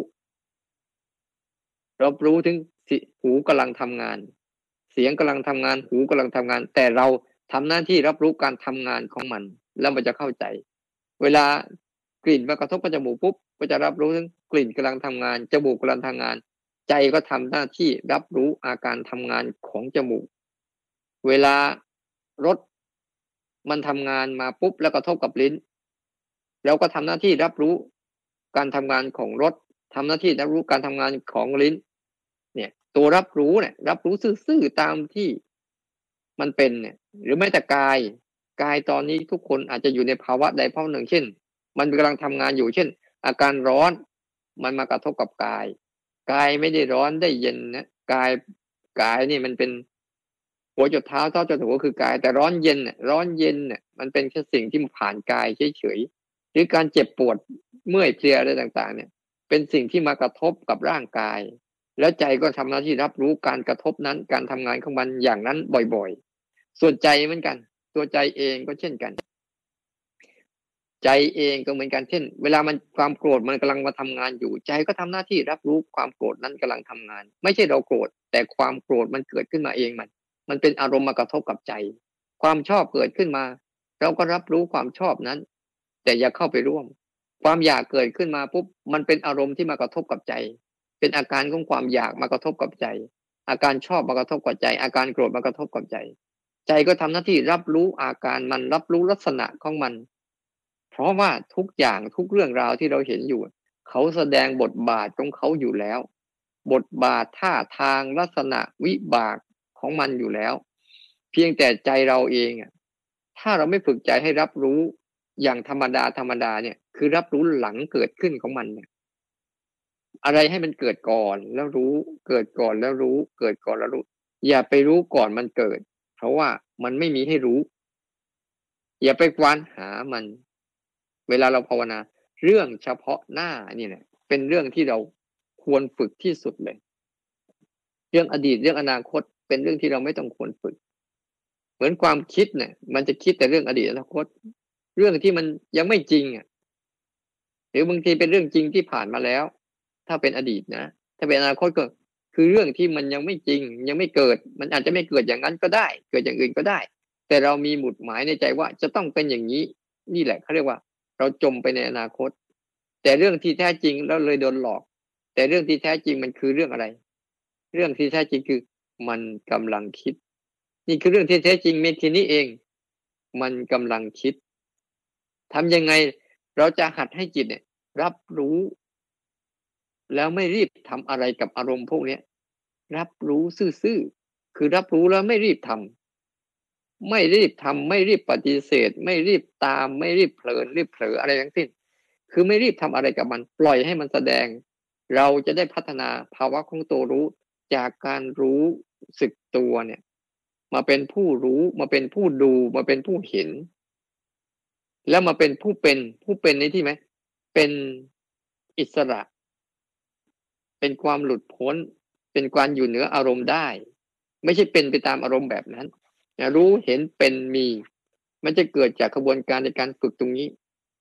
Speaker 1: รับรู้ถึงหูกำลังทำงานเสียงกำลังทำงานหูกำลังทำงานแต่เราทำหน้าที่รับรู้การทำงานของมันแล้วมันจะเข้าใจเวลากลิ่นมากระทบกับจมูกปุ๊บก็จะรับรู้ถึงกลิ่นกำลังทำงานจมูกกำลังทำงานใจก็ทำหน้าที่รับรู้อาการทำงานของจมูกเวลารสมันทำงานมาปุ๊บแล้วกระทบกับลิ้นเราก็ทำหน้าที่รับรู้การทำงานของรสทำหน้าที่รับรู้การทำงานของลิ้นเนี่ยตัวรับรู้เนี่ยรับรู้ซื่อๆตามที่มันเป็นเนี่ยหรือแม้แต่กายกายตอนนี้ทุกคนอาจจะอยู่ในภาวะใดภาวะหนึ่งเช่นมันกำลังทำงานอยู่เช่นอาการร้อนมันมากระทบกับกายกายไม่ได้ร้อนได้เย็นนะกายกายนี่มันเป็นหัวจดเท้าเท้าจดหัวคือกายแต่ร้อนเย็นเนี่ยร้อนเย็นเนี่ยมันเป็นแค่สิ่งที่ผ่านกายเฉยๆหรือการเจ็บปวดเมื่อยเพลียอะไรต่างๆเนี่ยเป็นสิ่งที่มากระทบกับร่างกายแล้วใจก็ทำหน้าที่รับรู้การกระทบนั้นการทำงานของมันอย่างนั้นบ่อยๆส่วนใจเหมือนกันตัวใจเองก็เช่นกันใจเองก็เหมือนกันเช่นเวลามันความโกรธมันกำลังมาทำงานอยู่ใจก็ทำหน้าที่รับรู้ความโกรธนั้นกำลังทำงานไม่ใช่เราโกรธแต่ความโกรธมันเกิดขึ้นมาเองมันมันเป็นอารมณ์มากระทบกับใจความชอบเกิดขึ้นมาเราก็รับรู้ความชอบนั้นแต่อย่าเข้าไปร่วมความอยากเกิดขึ้นมาปุ๊บมันเป็นอารมณ์ที่มากระทบกับใจเป็นอาการของความอยากมากระทบกับใจอาการชอบมากระทบกับใจอาการโกรธมากระทบกับใจใจก็ทำหน้าที่รับรู้อาการมันรับรู้ลักษณะของมันเพราะว่าทุกอย่างทุกเรื่องราวที่เราเห็นอยู่เขาแสดงบทบาทของเขาอยู่แล้วบทบาทท่าทางลักษณะวิบากของมันอยู่แล้วเพียงแต่ใจเราเองอ่ะถ้าเราไม่ฝึกใจให้รับรู้อย่างธรรมดาธรรมดาเนี่ยคือรับรู้หลังเกิดขึ้นของมันเนี่ยอะไรให้มันเกิดก่อนแล้วรู้เกิดก่อนแล้วรู้เกิดก่อนแล้วรู้อย่าไปรู้ก่อนมันเกิดเพราะว่ามันไม่มีให้รู้อย่าไปควานหามันเวลาเราภาวนาเรื่องเฉพาะหน้านี่เนี่ยเป็นเรื่องที่เราควรฝึกที่สุดเลยเรื่องอดีตเรื่องอนาคตเป็นเรื่องที่เราไม่ต้องควรฝึกเหมือนความคิดเนี่ยมันจะคิดแต่เรื่องอดีตอนาคตเรื่องที่มันยังไม่จริงอ่ะหรือบางทีเป็นเรื่องจริงที่ผ่านมาแล้วถ้าเป็นอดีตนะถ้าเป็นอนาคตก็คือเรื่องที่มันยังไม่จริงยังไม่เกิดมันอาจจะไม่เกิดอย่างนั้นก็ได้เกิดอย่างอื่นก็ได้แต่เรามีหมุดหมายในใจว่าจะต้องเป็นอย่างนี้นี่แหละเขาเรียกว่าเราจมไปในอนาคตแต่เรื่องที่แท้จริงแล้วเลยโดนหลอกแต่เรื่องที่แท้จริงมันคือเรื่องอะไรเรื่องที่แท้จริงคือมันกำลังคิดนี่คือเรื่องที่แท้จริงเมทีนี้เองมันกำลังคิดทำยังไงเราจะหัดให้จิตเนี่ยรับรู้แล้วไม่รีบทำอะไรกับอารมณ์พวกนี้รับรู้ซื่อๆคือรับรู้แล้วไม่รีบทำไม่รีบทำไม่รีบปฏิเสธไม่รีบตามไม่รีบเพลินรีบเผลออะไรทั้งสิ้นคือไม่รีบทำอะไรกับมันปล่อยให้มันแสดงเราจะได้พัฒนาภาวะของตัวรู้จากการรู้สึกตัวเนี่ยมาเป็นผู้รู้มาเป็นผู้ดูมาเป็นผู้เห็นแล้วมาเป็นผู้เป็นผู้เป็นในที่ไหมเป็นอิสระเป็นความหลุดพ้นเป็นการอยู่เหนืออารมณ์ได้ไม่ใช่เป็นไปตามอารมณ์แบบนั้นรู้เห็นเป็นมีมันจะเกิดจากกระบวนการในการฝึกตรงนี้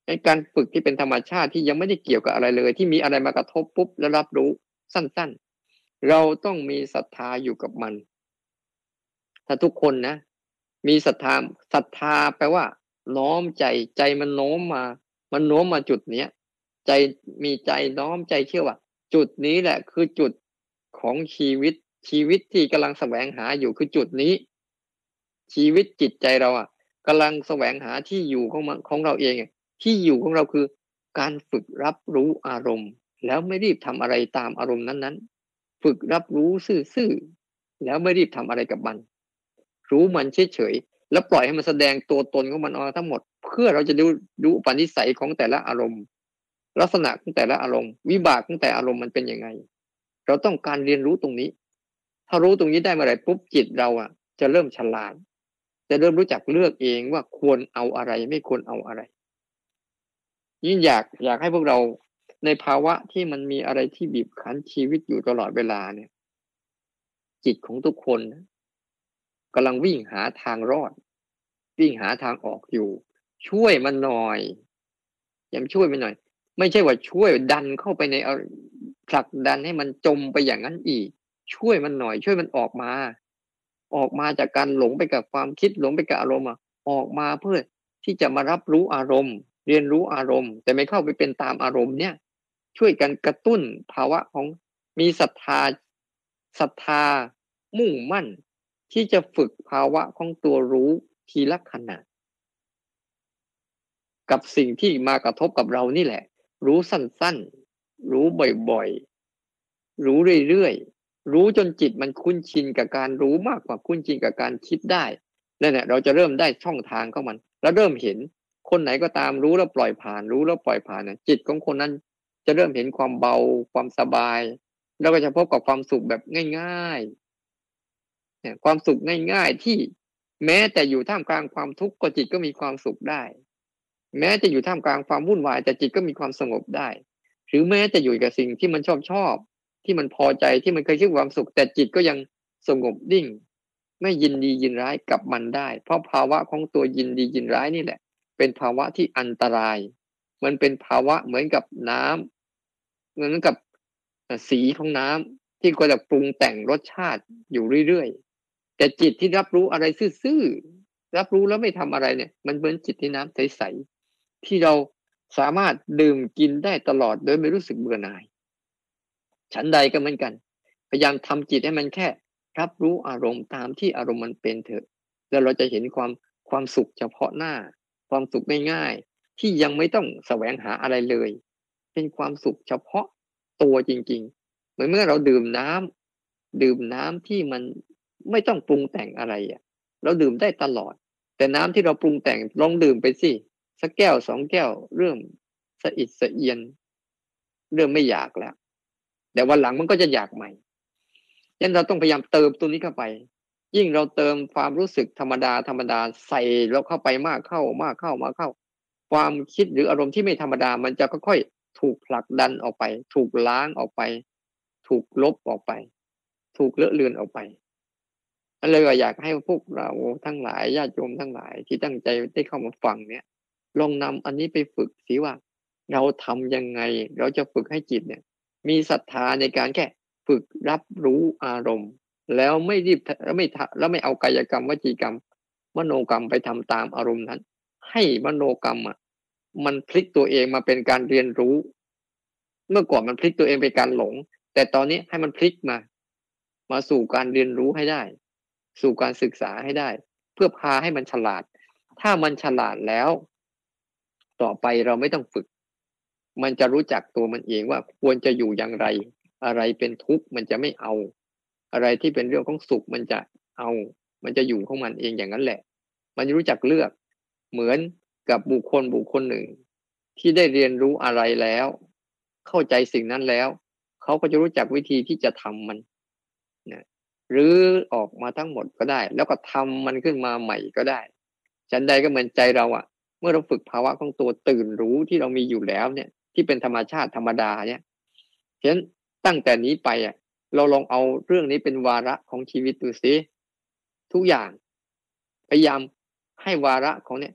Speaker 1: ในการฝึกที่เป็นธรรมชาติที่ยังไม่ได้เกี่ยวกับอะไรเลยที่มีอะไรมากระทบปุ๊บแล้วรับรู้สั้นๆเราต้องมีศรัทธาอยู่กับมันถ้าทุกคนนะมีศรัทธาศรัทธาแปลว่าน้อมใจใจมันโน้มมามันโน้มมาจุดเนี้ยใจมีใจน้อมใจเชื่อว่าจุดนี้แหละคือจุดของชีวิตชีวิตที่กำลังแสวงหาอยู่คือจุดนี้ชีวิตจิตใจเราอ่ะกำลังแสวงหาที่อยู่ของมันของเราเองที่อยู่ของเราคือการฝึกรับรู้อารมณ์แล้วไม่รีบทำอะไรตามอารมณ์นั้นๆฝึกรับรู้ซื่อๆแล้วไม่รีบทำอะไรกับมันรู้มันเฉยๆแล้วปล่อยให้มันแสดงตัวตนของมันออกทั้งหมดเพื่อเราจะดูดูอุปนิสัยของแต่ละอารมณ์ลักษณะของแต่ละอารมณ์วิบากของแต่อารมณ์มันเป็นยังไงเราต้องการเรียนรู้ตรงนี้ถ้ารู้ตรงนี้ได้เมื่อไหร่ปุ๊บจิตเราอ่ะจะเริ่มฉลาดจะเริ่มรู้จักเลือกเองว่าควรเอาอะไรไม่ควรเอาอะไรยิ่งอยากอยากให้พวกเราในภาวะที่มันมีอะไรที่บีบคั้นชีวิตอยู่ตลอดเวลาเนี่ยจิตของทุกคนกำลังวิ่งหาทางรอดวิ่งหาทางออกอยู่ช่วยมันหน่อยยังช่วยมันหน่อยไม่ใช่ว่าช่วยดันเข้าไปในผลักดันให้มันจมไปอย่างนั้นอีกช่วยมันหน่อยช่วยมันออกมาออกมาจากการหลงไปกับความคิดหลงไปกับอารมณ์อ่ะออกมาเพื่อที่จะมารับรู้อารมณ์เรียนรู้อารมณ์แต่ไม่เข้าไปเป็นตามอารมณ์เนี่ยช่วยกันกระตุ้นภาวะของมีศรัทธาศรัทธามุ่งมั่นที่จะฝึกภาวะของตัวรู้ทีละขณะกับสิ่งที่มากระทบกับเรานี่แหละรู้สั้นๆรู้บ่อยๆรู้เรื่อยๆรู้จนจิตมันคุ้นชินกับการรู้มากกว่าคุ้นชินกับการคิดได้นั่นแหละเราจะเริ่มได้ช่องทางของมันแล้วเริ่มเห็นคนไหนก็ตามรู้แล้วปล่อยผ่านรู้แล้วปล่อยผ่านเนี่ยจิตของคนนั้นจะเริ่มเห็นความเบาความสบายแล้วก็จะพบกับความสุขแบบง่ายๆเนี่ยความสุขง่ายๆที่แม้แต่อยู่ท่ามกลางความทุกข์ก็จิตก็มีความสุขได้แม้จะอยู่ท่ามกลางความวุ่นวายแต่จิตก็มีความสงบได้หรือแม้จะอยู่กับสิ่งที่มันชอบชอบที่มันพอใจที่มันเคยคิดความสุขแต่จิตก็ยังสงบนิ่งไม่ยินดียินร้ายกับมันได้เพราะภาวะของตัวยินดียินร้ายนี่แหละเป็นภาวะที่อันตรายมันเป็นภาวะเหมือนกับน้ำเหมือนกับสีของน้ำที่ก็จะปรุงแต่งรสชาติอยู่เรื่อยๆแต่จิตที่รับรู้อะไรซื่อๆรับรู้แล้วไม่ทำอะไรเนี่ยมันเหมือนจิตที่น้ำใสๆที่เราสามารถดื่มกินได้ตลอดโดยไม่รู้สึกเบื่อหน่ายฉันใดก็เหมือนกันพยายามทำจิตให้มันแค่รับรู้อารมณ์ตามที่อารมณ์มันเป็นเถอะแล้วเราจะเห็นความความสุขเฉพาะหน้าความสุขง่ายๆที่ยังไม่ต้องแสวงหาอะไรเลยเป็นความสุขเฉพาะตัวจริงๆเหมือนเมื่อเราดื่มน้ำดื่มน้ำที่มันไม่ต้องปรุงแต่งอะไรอ่ะเราดื่มได้ตลอดแต่น้ำที่เราปรุงแต่งลองดื่มไปสิสักแก้วสองแก้วเริ่มสะอิดสะเอียนเริ่มไม่อยากแล้วแต่วันหลังมันก็จะอยากใหม่ฉะนั้นเราต้องพยายามเติมตัวนี้เข้าไปยิ่งเราเติมความรู้สึกธรรมดาธรรมดาใส่แล้วเข้าไปมากเข้ามากเข้ามากเข้าความคิดหรืออารมณ์ที่ไม่ธรรมดามันจะค่อยๆถูกผลักดันออกไปถูกล้างออกไปถูกลบออกไปถูกเลอะเลือนออกไปนั่นเลยว่าอยากให้พวกเราทั้งหลายญาติโยมทั้งหลายที่ตั้งใจได้เข้ามาฟังเนี่ยลองนำอันนี้ไปฝึกสิว่าเราทำยังไงเราจะฝึกให้จิตเนี่ยมีศรัทธาในการแค่ฝึกรับรู้อารมณ์แล้วไม่รีบแล้วไม่แล้วไม่เอากายกรรมวจีกรรมมโนกรรมไปทำตามอารมณ์นั้นให้มโนกรรมอ่ะมันพลิกตัวเองมาเป็นการเรียนรู้เมื่อก่อนมันพลิกตัวเองเป็นการหลงแต่ตอนนี้ให้มันพลิกมามาสู่การเรียนรู้ให้ได้สู่การศึกษาให้ได้เพื่อพาให้มันฉลาดถ้ามันฉลาดแล้วต่อไปเราไม่ต้องฝึกมันจะรู้จักตัวมันเองว่าควรจะอยู่อย่างไรอะไรเป็นทุกข์มันจะไม่เอาอะไรที่เป็นเรื่องของสุขมันจะเอามันจะอยู่ของมันเองอย่างนั้นแหละมันรู้จักเลือกเหมือนกับบุคคลบุคคลหนึ่งที่ได้เรียนรู้อะไรแล้วเข้าใจสิ่งนั้นแล้วเขาก็จะรู้จักวิธีที่จะทำมันนะหรือออกมาทั้งหมดก็ได้แล้วก็ทำมันขึ้นมาใหม่ก็ได้ฉันใดก็เหมือนใจเราอะเมื่อเราฝึกภาวะของตัวตื่นรู้ที่เรามีอยู่แล้วเนี่ยที่เป็นธรรมชาติธรรมดาเนี่ยฉะนั้นตั้งแต่นี้ไปอ่ะเราลองเอาเรื่องนี้เป็นวาระของชีวิตดูสิทุกอย่างพยายามให้วาระของเนี่ย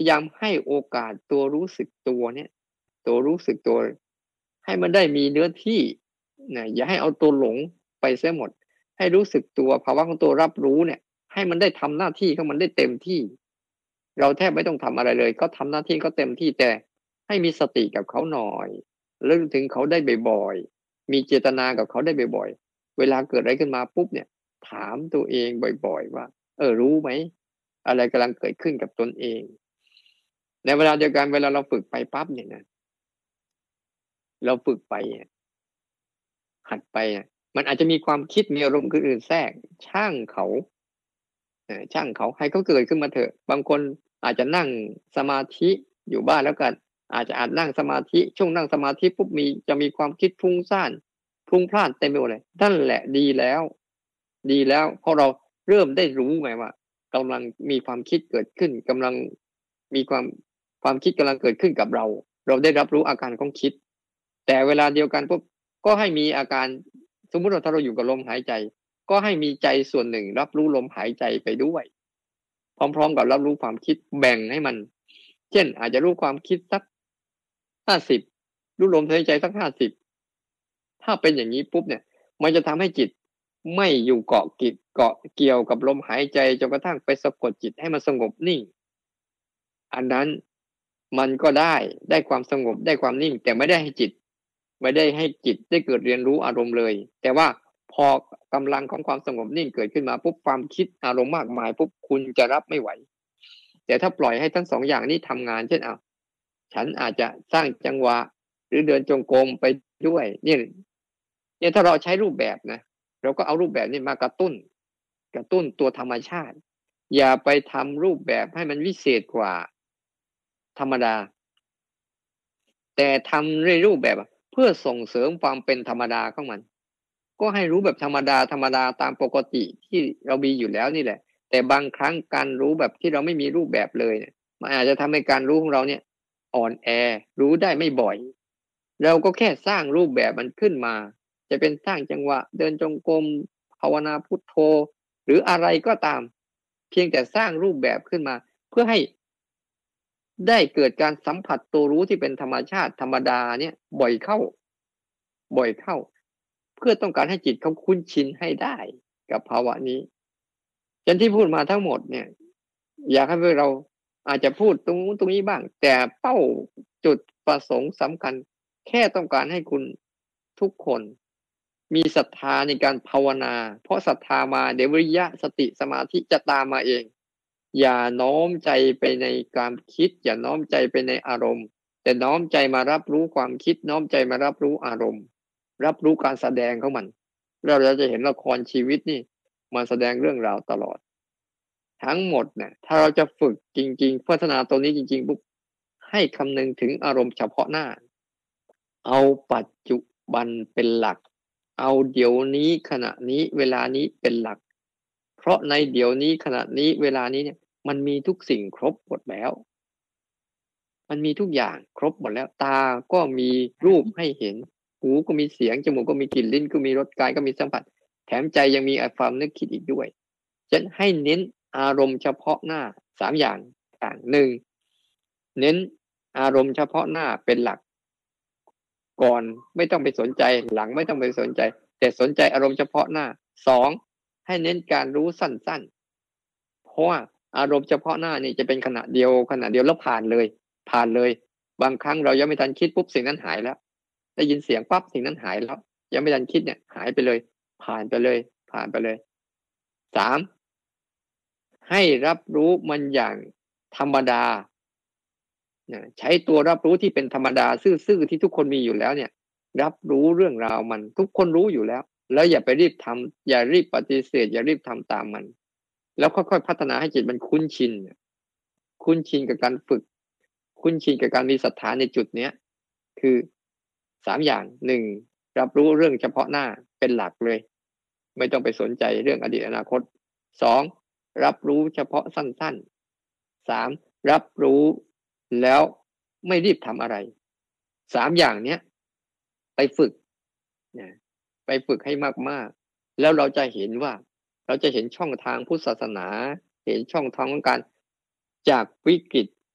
Speaker 1: พยายามให้โอกาสตัวรู้สึกตัวเนี่ยตัวรู้สึกตัวให้มันได้มีเนื้อที่นะอย่าให้เอาตัวหลงไปเสียหมดให้รู้สึกตัวภาวะของตัวรับรู้เนี่ยให้มันได้ทำหน้าที่ของมันได้เต็มที่เราแทบไม่ต้องทำอะไรเลยก็ทำหน้าที่ก็เต็มที่แต่ให้มีสติกับเขาหน่อยแล้วถึงเขาได้บ่อยๆมีเจตนากับเขาได้บ่อยๆเวลาเกิดอะไรขึ้นมาปุ๊บเนี่ยถามตัวเองบ่อยๆว่าเออรู้ไหมอะไรกำลังเกิดขึ้นกับตนเองในเวลาเดียวกันเวลาเราฝึกไปปั๊บเนี่ยนะเราฝึกไปหัดไปมันอาจจะมีความคิดมีอารมณ์อื่นๆแทรกช่างเขาช่างเขาให้เขาเกิดขึ้นมาเถอะบางคนอาจจะนั่งสมาธิอยู่บ้านแล้วกันอาจจะอาจนั่งสมาธิช่วงนั่งสมาธิปุ๊บมีจะมีความคิดฟุ้งซ่านฟุ้งพล่านเต็มไปหมดเลยนั่นแหละดีแล้วดีแล้วเพราะเราเริ่มได้รู้ไงว่ากำลังมีความคิดเกิดขึ้นกำลังมีความความคิดกำลังเกิดขึ้นกับเราเราได้รับรู้อาการของคิดแต่เวลาเดียวกันปุ๊บก็ให้มีอาการสมมุติว่าถ้าเราอยู่กับลมหายใจก็ให้มีใจส่วนหนึ่งรับรู้ลมหายใจไปด้วยพร้อมๆกับรับรู้ความคิดแบ่งให้มันเช่นอาจจะรู้ความคิดสักห้าสิบรู้ลมหายใจสักห้าสิบถ้าเป็นอย่างนี้ปุ๊บเนี่ยมันจะทำให้จิตไม่อยู่เกาะกิจเกาะเกี่ยวกับลมหายใจจนกระทั่งไปสะกดจิตให้มันสงบนิ่งอันนั้นมันก็ได้ได้ความสงบได้ความนิ่งแต่ไม่ได้ให้จิตไม่ได้ให้จิตได้เกิดเรียนรู้อารมณ์เลยแต่ว่าพอกำลังของความสงบนิ่งเกิดขึ้นมาปุ๊บความคิดอารมณ์มากมายปุ๊บคุณจะรับไม่ไหวแต่ถ้าปล่อยให้ทั้งสองอย่างนี้ทำงานเช่นเอาฉันอาจจะสร้างจังหวะหรือเดินจงกรมไปด้วยเนี่ยเนี่ยถ้าเราใช้รูปแบบนะเราก็เอารูปแบบนี้มากระตุ้นกระตุ้นตัวธรรมชาติอย่าไปทำรูปแบบให้มันวิเศษกว่าธรรมดาแต่ทำในรูปแบบเพื่อส่งเสริมความเป็นธรรมดาของมันก็ให้รู้แบบธรรมดาธรรมดาตามปกติที่เรามีอยู่แล้วนี่แหละแต่บางครั้งการรู้แบบที่เราไม่มีรูปแบบเลยเนี่ยมันอาจจะทำให้การรู้ของเราเนี่ยอ่อนแอรู้ได้ไม่บ่อยเราก็แค่สร้างรูปแบบมันขึ้นมาจะเป็นสร้างจังหวะเดินจงกรมภาวนาพุทโธหรืออะไรก็ตามเพียงแต่สร้างรูปแบบขึ้นมาเพื่อให้ได้เกิดการสัมผัสตัวรู้ที่เป็นธรรมชาติธรรมดาเนี่ยบ่อยเข้าบ่อยเข้าเพื่อต้องการให้จิตเขาคุ้นชินให้ได้กับภาวะนี้อย่างที่พูดมาทั้งหมดเนี่ยอยากให้เราอาจจะพูดตรงนู้นตรงนี้บ้างแต่เป้าจุดประสงค์สำคัญแค่ต้องการให้คุณทุกคนมีศรัทธาในการภาวนาเพราะศรัทธามาเดี๋ยววิริยะสติสมาธิจะตามมาเองอย่าน้อมใจไปในการคิดอย่าน้อมใจไปในอารมณ์แต่น้อมใจมารับรู้ความคิดน้อมใจมารับรู้อารมณ์รับรู้การแสดงของมันแล้วเราจะเห็นละครชีวิตนี่มาแสดงเรื่องราวตลอดทั้งหมดเนี่ยถ้าเราจะฝึกจริงๆพัฒนาตัวนี้จริงๆปุ๊บให้คำนึงถึงอารมณ์เฉพาะหน้าเอาปัจจุบันเป็นหลักเอาเดี๋ยวนี้ขณะนี้เวลานี้เป็นหลักเพราะในเดี๋ยวนี้ขณะนี้เวลานี้เนี่ยมันมีทุกสิ่งครบหมดแล้วมันมีทุกอย่างครบหมดแล้วตาก็มีรูปให้เห็นหูก็มีเสียงจมูกก็มีกลิ่นลิ้นก็มีรสกายก็มีสัมผัสแถมใจยังมีความนึกคิดอีกด้วยฉันให้เน้นอารมณ์เฉพาะหน้าสามอย่างต่างหนึ่งเน้นอารมณ์เฉพาะหน้าเป็นหลักก่อนไม่ต้องไปสนใจหลังไม่ต้องไปสนใจแต่สนใจอารมณ์เฉพาะหน้าสองให้เน้นการรู้สั้นๆเพราะว่าอารมณ์เฉพาะหน้านี่จะเป็นขณะเดียวขณะเดียวแล้วผ่านเลยผ่านเลยบางครั้งเรายังไม่ทันคิดปุ๊บสิ่งนั้นหายแล้วได้ยินเสียงปั๊บสิ่งนั้นหายแล้วยังไม่ทันคิดเนี่ยหายไปเลยผ่านไปเลยผ่านไปเลยสามให้รับรู้มันอย่างธรรมดาใช้ตัวรับรู้ที่เป็นธรรมดาซื่อๆที่ทุกคนมีอยู่แล้วเนี่ยรับรู้เรื่องราวมันทุกคนรู้อยู่แล้วแล้วอย่าไปรีบทำอย่ารีบปฏิเสธอย่ารีบทำตามมันแล้วค่อยๆพัฒนาให้จิตมันคุ้นชินคุ้นชินกับการฝึกคุ้นชินกับการมีศรัทธาในจุดเนี้ยคือสามอย่างหนึ่งรับรู้เรื่องเฉพาะหน้าเป็นหลักเลยไม่ต้องไปสนใจเรื่องอดีตอนาคตสองรับรู้เฉพาะสั้นๆสามรับรู้แล้วไม่รีบทำอะไรสามอย่างเนี้ยไปฝึกนะไปฝึกให้มากๆแล้วเราจะเห็นว่าเราจะเห็นช่องทางพุทธศาสนาเห็นช่องทางของการจากวิกฤต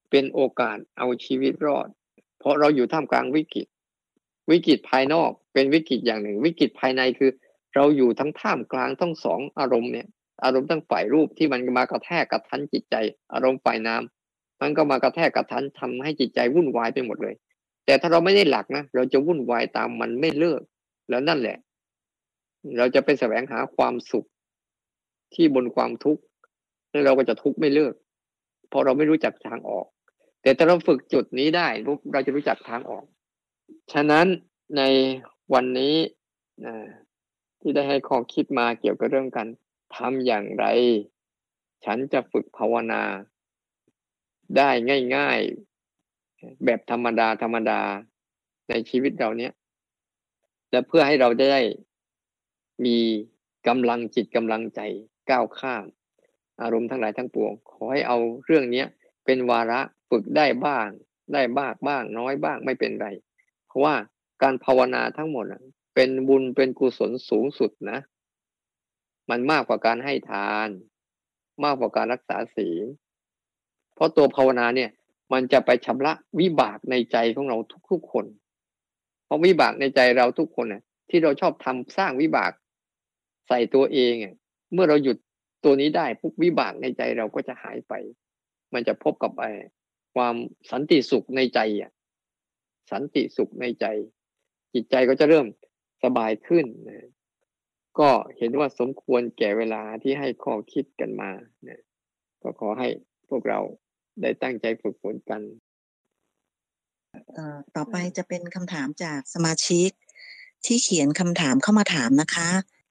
Speaker 1: เป็นโอกาสเอาชีวิตรอดเพราะเราอยู่ท่ามกลางวิกฤตวิกฤตภายนอกเป็นวิกฤตอย่างหนึ่งวิกฤตภายในคือเราอยู่ทั้งท่ามกลางทั้งสองอารมณ์เนี่ยอารมณ์ทั้งฝ่ายรูปที่มันมากระแทกกระทันจิตใจอารมณ์ฝ่ายนามมันก็มากระแทกกระทันทำให้จิตใจวุ่นวายไปหมดเลยแต่ถ้าเราไม่ได้หลักนะเราจะวุ่นวายตามมันไม่เลิกแล้วนั่นแหละเราจะไปแสวงหาความสุขที่บนความทุกข์แล้วเราก็จะทุกข์ไม่เลิกเพราะเราไม่รู้จักทางออกแต่ถ้าเราฝึกจุดนี้ได้ปุ๊บเราจะรู้จักทางออกฉะนั้นในวันนี้นะที่ได้ให้ข้อคิดมาเกี่ยวกับเรื่องการทำอย่างไรฉันจะฝึกภาวนาได้ง่ายๆแบบธรรมดาธรรมดาในชีวิตเราเนี้ยและเพื่อให้เราได้มีกำลังจิตกำลังใจก้าวข้ามอารมณ์ทั้งหลายทั้งปวงขอให้เอาเรื่องนี้เป็นวาระฝึกได้บ้างได้บ้างบ้างน้อยบ้างไม่เป็นไรเพราะว่าการภาวนาทั้งหมดเป็นบุญเป็นกุศลสูงสุดนะมันมากกว่าการให้ทานมากกว่าการรักษาศีลเพราะตัวภาวนาเนี่ยมันจะไปชำระวิบากในใจของเราทุกๆคนเพราะวิบากในใจเราทุกคนน่ะที่เราชอบทำสร้างวิบากใส่ตัวเองอ่ะเมื่อเราหยุดตัวนี้ได้ปุ๊บวิบากในใจเราก็จะหายไปมันจะพบกับไอ้ความสันติสุขในใจอ่ะสันติสุขในใจจิตใจก็จะเริ่มสบายขึ้นนะก็เห็นว่าสมควรแก่เวลาที่ให้ข้อคิดกันมานะก็ขอให้พวกเราได้ตั้งใจฝึกฝนกัน
Speaker 2: เอ่อต่อไปจะเป็นคำถามจากสมาชิกที่เขียนคำถามเข้ามาถามนะคะ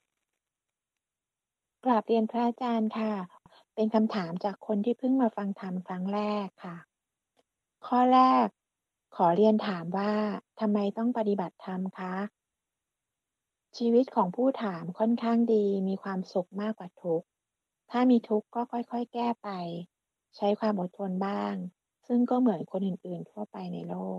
Speaker 3: กราบเรียนพระอาจารย์ค่ะเป็นคำถามจากคนที่เพิ่งมาฟังธรรมครั้งแรกค่ะข้อแรกขอเรียนถามว่าทำไมต้องปฏิบัติธรรมคะชีวิตของผู้ถามค่อนข้างดีมีความสุขมากกว่าทุกข์ถ้ามีทุกข์ก็ค่อยๆแก้ไปใช้ความอดทนบ้างซึ่งก็เหมือนคนอื่นๆทั่วไปในโลก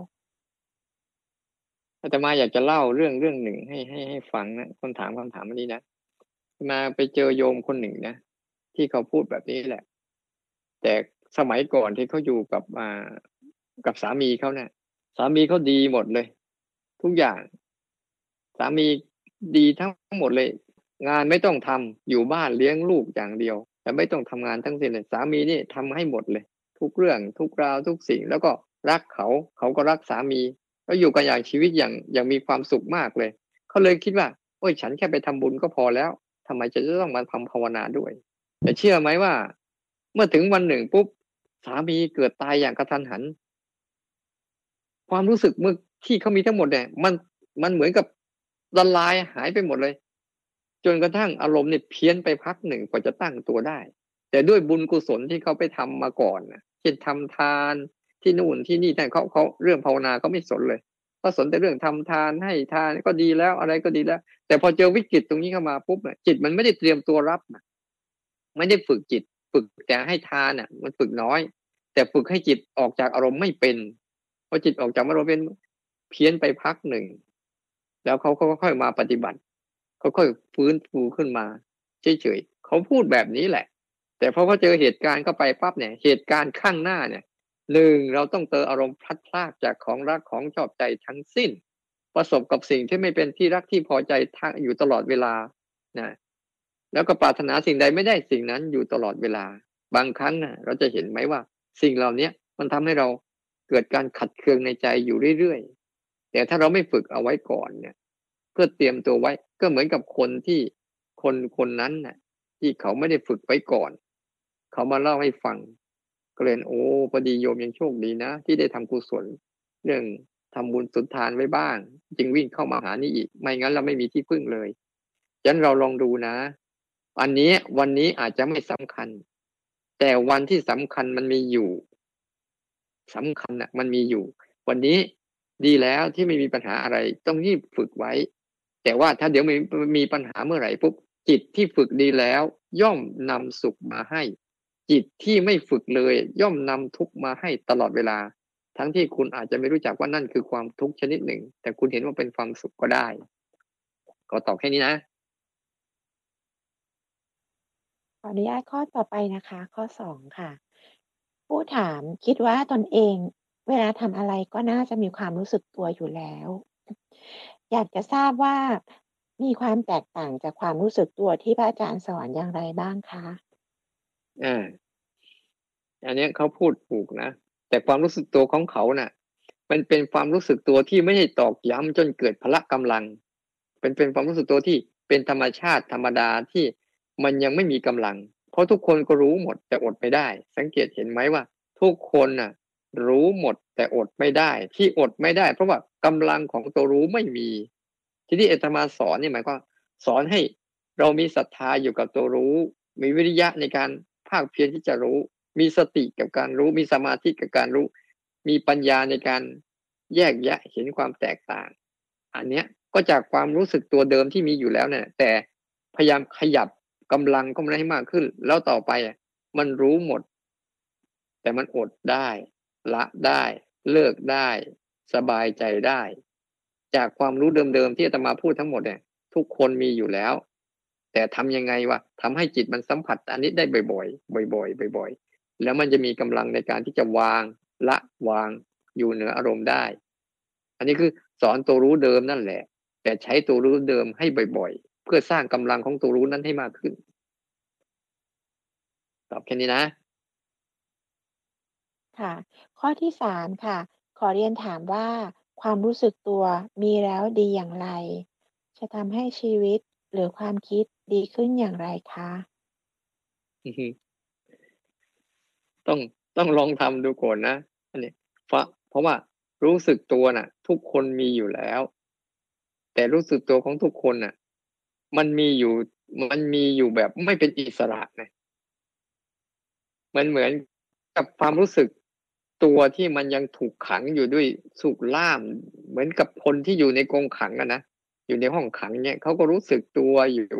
Speaker 1: อาตมาอยากจะเล่าเรื่องเรื่องหนึ่งให้ให้ให้ฟังนะคนถามคำถามนี้นะมาไปเจอโยมคนหนึ่งนะที่เขาพูดแบบนี้แหละแต่สมัยก่อนที่เขาอยู่กับอ่ากับสามีเขาเนี่ยสามีเขาดีหมดเลยทุกอย่างสามีดีทั้งหมดเลยงานไม่ต้องทำอยู่บ้านเลี้ยงลูกอย่างเดียวแต่ไม่ต้องทำงานทั้งสิ้นเลยสามีนี่ทำให้หมดเลยทุกเรื่องทุกราวทุกสิ่งแล้วก็รักเขาเขาก็รักสามีแล้วอยู่กันอย่างชีวิตอย่างอย่างมีความสุขมากเลยเขาเลยคิดว่าโอ้ยฉันแค่ไปทำบุญก็พอแล้วทำไมจะต้องมาทำภาวนาด้วยแต่เชื่อไหมว่าเมื่อถึงวันหนึ่งปุ๊บสามีเกิดตายอย่างกระทันหันความรู้สึกเมื่อที่เขามีทั้งหมดเนี่ยมันมันเหมือนกับละลายหายไปหมดเลยจนกระทั่งอารมณ์เนี่ยเพี้ยนไปพักหนึ่งกว่าจะตั้งตัวได้แต่ด้วยบุญกุศลที่เขาไปทำมาก่อนนะเช่นทำทานที่นู่นที่นี่แต่เขาเขาเรื่องภาวนาเขาไม่สนเลยเขาสนแต่เรื่องทำทานให้ทานก็ดีแล้วอะไรก็ดีแล้วแต่พอเจอวิกฤตตรงนี้เข้ามาปุ๊บเนี่ยจิตมันไม่ได้เตรียมตัวรับนะไม่ได้ฝึกจิตฝึกแต่ให้ทานอ่ะมันฝึกน้อยแต่ฝึกให้จิตออกจากอารมณ์ไม่เป็นพอจิตออกจากอารมณ์เป็นเพี้ยนไปพักหนึ่งแล้วเขาก็ค่อยมาปฏิบัติเขาค่อยฟื้นฟูขึ้นมาเฉยๆเขาพูดแบบนี้แหละแต่พอเขาเจอเหตุการณ์เข้าไปปั๊บเนี่ยเหตุการณ์ข้างหน้าเนี่ยหนึ่งเราต้องเจออารมณ์พลัดพรากจากของรักของชอบใจทั้งสิ้นประสบกับสิ่งที่ไม่เป็นที่รักที่พอใจทั้งอยู่ตลอดเวลานะแล้วก็ปรารถนาสิ่งใดไม่ได้สิ่งนั้นอยู่ตลอดเวลาบางครั้งนะเราจะเห็นไหมว่าสิ่งเหล่านี้มันทำให้เราเกิดการขัดเคืองในใจอยู่เรื่อยๆแต่ถ้าเราไม่ฝึกเอาไว้ก่อนเนี่ยเพื่อเตรียมตัวไว้ก็เหมือนกับคนที่คนคนนั้นน่ะที่เขาไม่ได้ฝึกไว้ก่อนเขามาเล่าให้ฟังก็เลยโอ้พอดีโยมยังโชคดีนะที่ได้ทำกุศลเรื่องทำบุญสุนทานไว้บ้างจึงวิ่งเข้ามาหานี่อีกไม่งั้นเราไม่มีที่พึ่งเลยฉะนั้นเราลองดูนะอันนี้วันนี้อาจจะไม่สำคัญแต่วันที่สำคัญมันมีอยู่สำคัญนะมันมีอยู่วันนี้ดีแล้วที่ไม่มีปัญหาอะไรต้องรีบฝึกไว้แต่ว่าถ้าเดี๋ยวมีมีปัญหาเมื่อไหร่ปุ๊บจิตที่ฝึกดีแล้วย่อมนำสุขมาให้จิตที่ไม่ฝึกเลยย่อมนำทุกข์มาให้ตลอดเวลาทั้งที่คุณอาจจะไม่รู้จักว่านั่นคือความทุกข์ชนิดหนึ่งแต่คุณเห็นว่าเป็นความสุขก็ได้ก็ตอบแค่นี้นะ
Speaker 3: ขออนุญาตข้อต่อไปนะคะข้อสองค่ะผู้ถามคิดว่าตนเองเวลาทำอะไรก็น่าจะมีความรู้สึกตัวอยู่แล้ว อยากจะทราบว่ามีความแตกต่างจากความรู้สึกตัวที่พระอาจารย์สอนอย่างไรบ้างคะ?
Speaker 1: อา อันเนี้ยเขาพูดถูกนะ แต่ความรู้สึกตัวของเขาน่ะ มันเป็นความรู้สึกตัวที่ไม่ได้ตอกย้ำจนเกิดพละกำลัง เป็น เป็นความรู้สึกตัวที่เป็นธรรมชาติธรรมดาที่มันยังไม่มีกำลัง เพราะทุกคนก็รู้หมดแต่อดไม่ได้ สังเกตเห็นไหมว่า ทุกคนน่ะรู้หมดแต่อดไม่ได้ ที่อดไม่ได้เพราะว่ากำลังของตัวรู้ไม่มี ทีนี้อาตมาสอนนี่หมายความว่า สอนให้เรามีศรัทธาอยู่กับตัวรู้ มีวิริยะในการภาคเพียรที่จะรู้ มีสติกับการรู้ มีสมาธิกับการรู้ มีปัญญาในการแยกแยะเห็นความแตกต่าง อันเนี้ยก็จากความรู้สึกตัวเดิมที่มีอยู่แล้วเนี่ย แต่พยายามขยับกำลังของมันให้มากขึ้น แล้วต่อไปอะมันรู้หมด แต่มันอดได้ ละได้ เลิกได้ สบายใจได้ จากความรู้เดิม ๆ ที่อาตมาพูดทั้งหมดเนี่ย ทุกคนมีอยู่แล้ว แต่ทำยังไงวะ ทำให้จิตมันสัมผัสอันนี้ได้บ่อย ๆ บ่อย ๆ บ่อย ๆ แล้วมันจะมีกำลังในการที่จะวาง ละ วาง อยู่เหนืออารมณ์ได้ อันนี้คือสอนตัวรู้เดิมนั่นแหละ แต่ใช้ตัวรู้เดิมให้บ่อย ๆ เพื่อสร้างกำลังของตัวรู้นั้นให้มากขึ้น ตอบแค่นี้นะ
Speaker 3: ค่ะ ข้อที่ สาม ค่ะ ขอเรียนถามว่า ความรู้สึกตัวมีแล้วดีอย่างไร? จะทำให้ชีวิตหรือความคิดดีขึ้นอย่างไรคะ?
Speaker 1: อือฮึ ต้อง ต้องลองทำดูก่อนนะ อันนี้ ฟะ เพราะว่ารู้สึกตัวน่ะทุกคนมีอยู่แล้ว แต่รู้สึกตัวของทุกคนน่ะ มันมีอยู่ มันมีอยู่แบบไม่เป็นอิสระไง มันเหมือนกับความรู้สึกตัวที่มันยังถูกขังอยู่ด้วย ถูกล่าม เหมือนกับคนที่อยู่ในกรงขังอะนะ อยู่ในห้องขังเนี่ย เขาก็รู้สึกตัวอยู่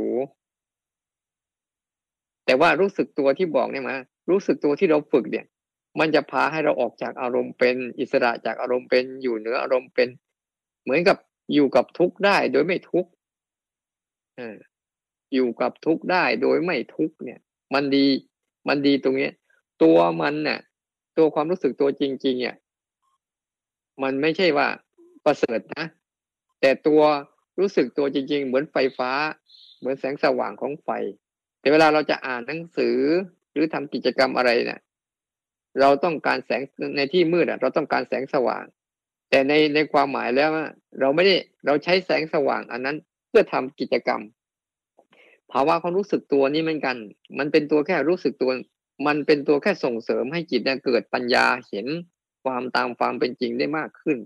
Speaker 1: แต่ว่ารู้สึกตัวที่บอกเนี่ยมา รู้สึกตัวที่เราฝึกเนี่ย มันจะพาให้เราออกจากอารมณ์เป็น อิสระจากอารมณ์เป็น อยู่เหนืออารมณ์เป็น เหมือนกับอยู่กับทุกข์ได้โดยไม่ทุกข์ เออ อยู่กับทุกข์ได้โดยไม่ทุกข์เนี่ย มันดี มันดีตรงเนี้ย ตัวมันน่ะ ตัวความรู้สึกตัวจริง ๆ อะ มันไม่ใช่ว่าประเสริฐนะ แต่ตัวรู้สึกตัวจริง ๆ เหมือนไฟฟ้า เหมือนแสงสว่างของไฟ แต่เวลาเราจะอ่านหนังสือ หรือทำกิจกรรมอะไรเนี่ย เราต้องการแสง อ ในที่มืดอะ เราต้องการแสงสว่าง แต่ใน ในความหมายแล้วอะ เราไม่ได้ เราใช้แสงสว่างอันนั้นเพื่อทำกิจกรรม ภาวะความรู้สึกตัวนี้เหมือนกัน มันเป็นตัวแค่รู้สึกตัว มันเป็นตัวแค่ส่งเสริมให้จิตเนี่ยเกิดปัญญา เห็นความตามความเป็นจริงได้มากขึ้น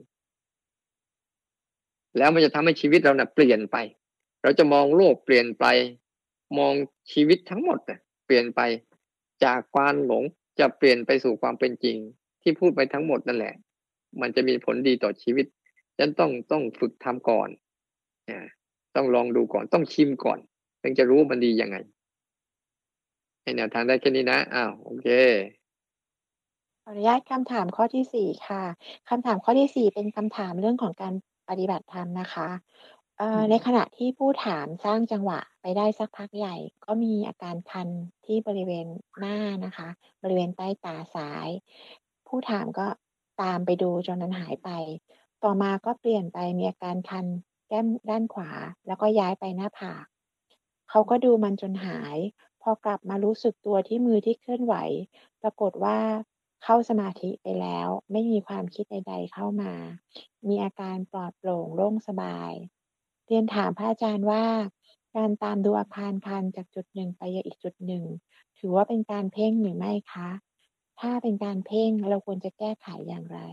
Speaker 1: แล้วมันจะทำให้ชีวิตเราน่ะเปลี่ยนไป เราจะมองโลกเปลี่ยนไป มองชีวิตทั้งหมดน่ะเปลี่ยนไป จากความหลงจะเปลี่ยนไปสู่ความเป็นจริง ที่พูดไปทั้งหมดนั่นแหละ มันจะมีผลดีต่อชีวิต ฉะนั้นต้อง ต้องฝึกทำก่อน อา ต้องลองดูก่อน ต้องชิมก่อน ถึงจะรู้ว่ามันดียังไง ให้แนวทางได้แค่นี้นะ อ้าว โอเค
Speaker 3: ขออนุญาตคำถามข้อที่ สี่ ค่ะ คำถามข้อที่ สี่ เป็นคำถามเรื่องของการปฏิบัติธรรมนะคะ เอ่อ ในขณะที่ผู้ถามสร้างจังหวะไปได้สักพักใหญ่ ก็มีอาการคันที่บริเวณหน้านะคะ บริเวณใต้ตาซ้าย ผู้ถามก็ตามไปดูจนมันหายไป ต่อมาก็เปลี่ยนไปมีอาการคันแก้มด้านขวา แล้วก็ย้ายไปหน้าผาก เขาก็ดูมันจนหาย พอกลับมารู้สึกตัวที่มือที่เคลื่อนไหว ปรากฏว่าเข้าสมาธิไปแล้ว ไม่มีความคิดใด ๆ เข้ามา มีอาการปลอดโปร่งโล่งสบาย เรียนถามพระอาจารย์ว่า การตามดูอาการคันจากจุดหนึ่งไปยังอีกจุดหนึ่ง ถือว่าเป็นการเพ่งหรือไม่คะ? ถ้าเป็นการเพ่งเราควรจะแก้ไขอย่างไร?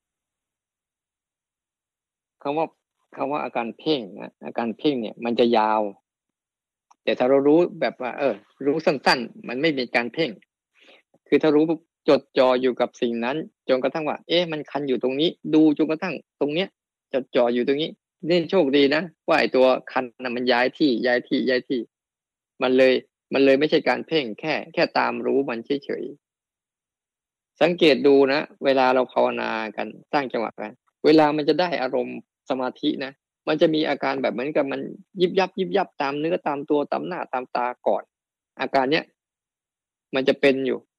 Speaker 1: คำว่า คำว่าอาการเพ่งนะ อาการเพ่งเนี่ยมันจะยาว แต่ถ้าเรารู้แบบว่า เออ รู้สั้น ๆ มันไม่มีการเพ่ง คือถ้ารู้ปุ๊บ จดจ่ออยู่กับสิ่งนั้นจนกระทั่งว่า เอ๊ะ มันคันอยู่ตรงนี้ ดูจนกระทั่งตรงเนี้ย จดจ่ออยู่ตรงนี้ นี่โชคดีนะว่าไอ้ตัวคันน่ะมันย้ายที่ ย้ายที่ ย้ายที่ มันเลย มันเลยไม่ใช่การเพ่ง แค่ แค่ตามรู้มันเฉย ๆ สังเกตดูนะ เวลาเราภาวนากัน สร้างจังหวะกัน เวลามันจะได้อารมณ์สมาธินะ มันจะมีอาการแบบเหมือนกับมันยิบยับ ๆ ตามเนื้อตามตัว ตามหน้าตามตาก่อน อาการเนี้ย มันจะเป็นอยู่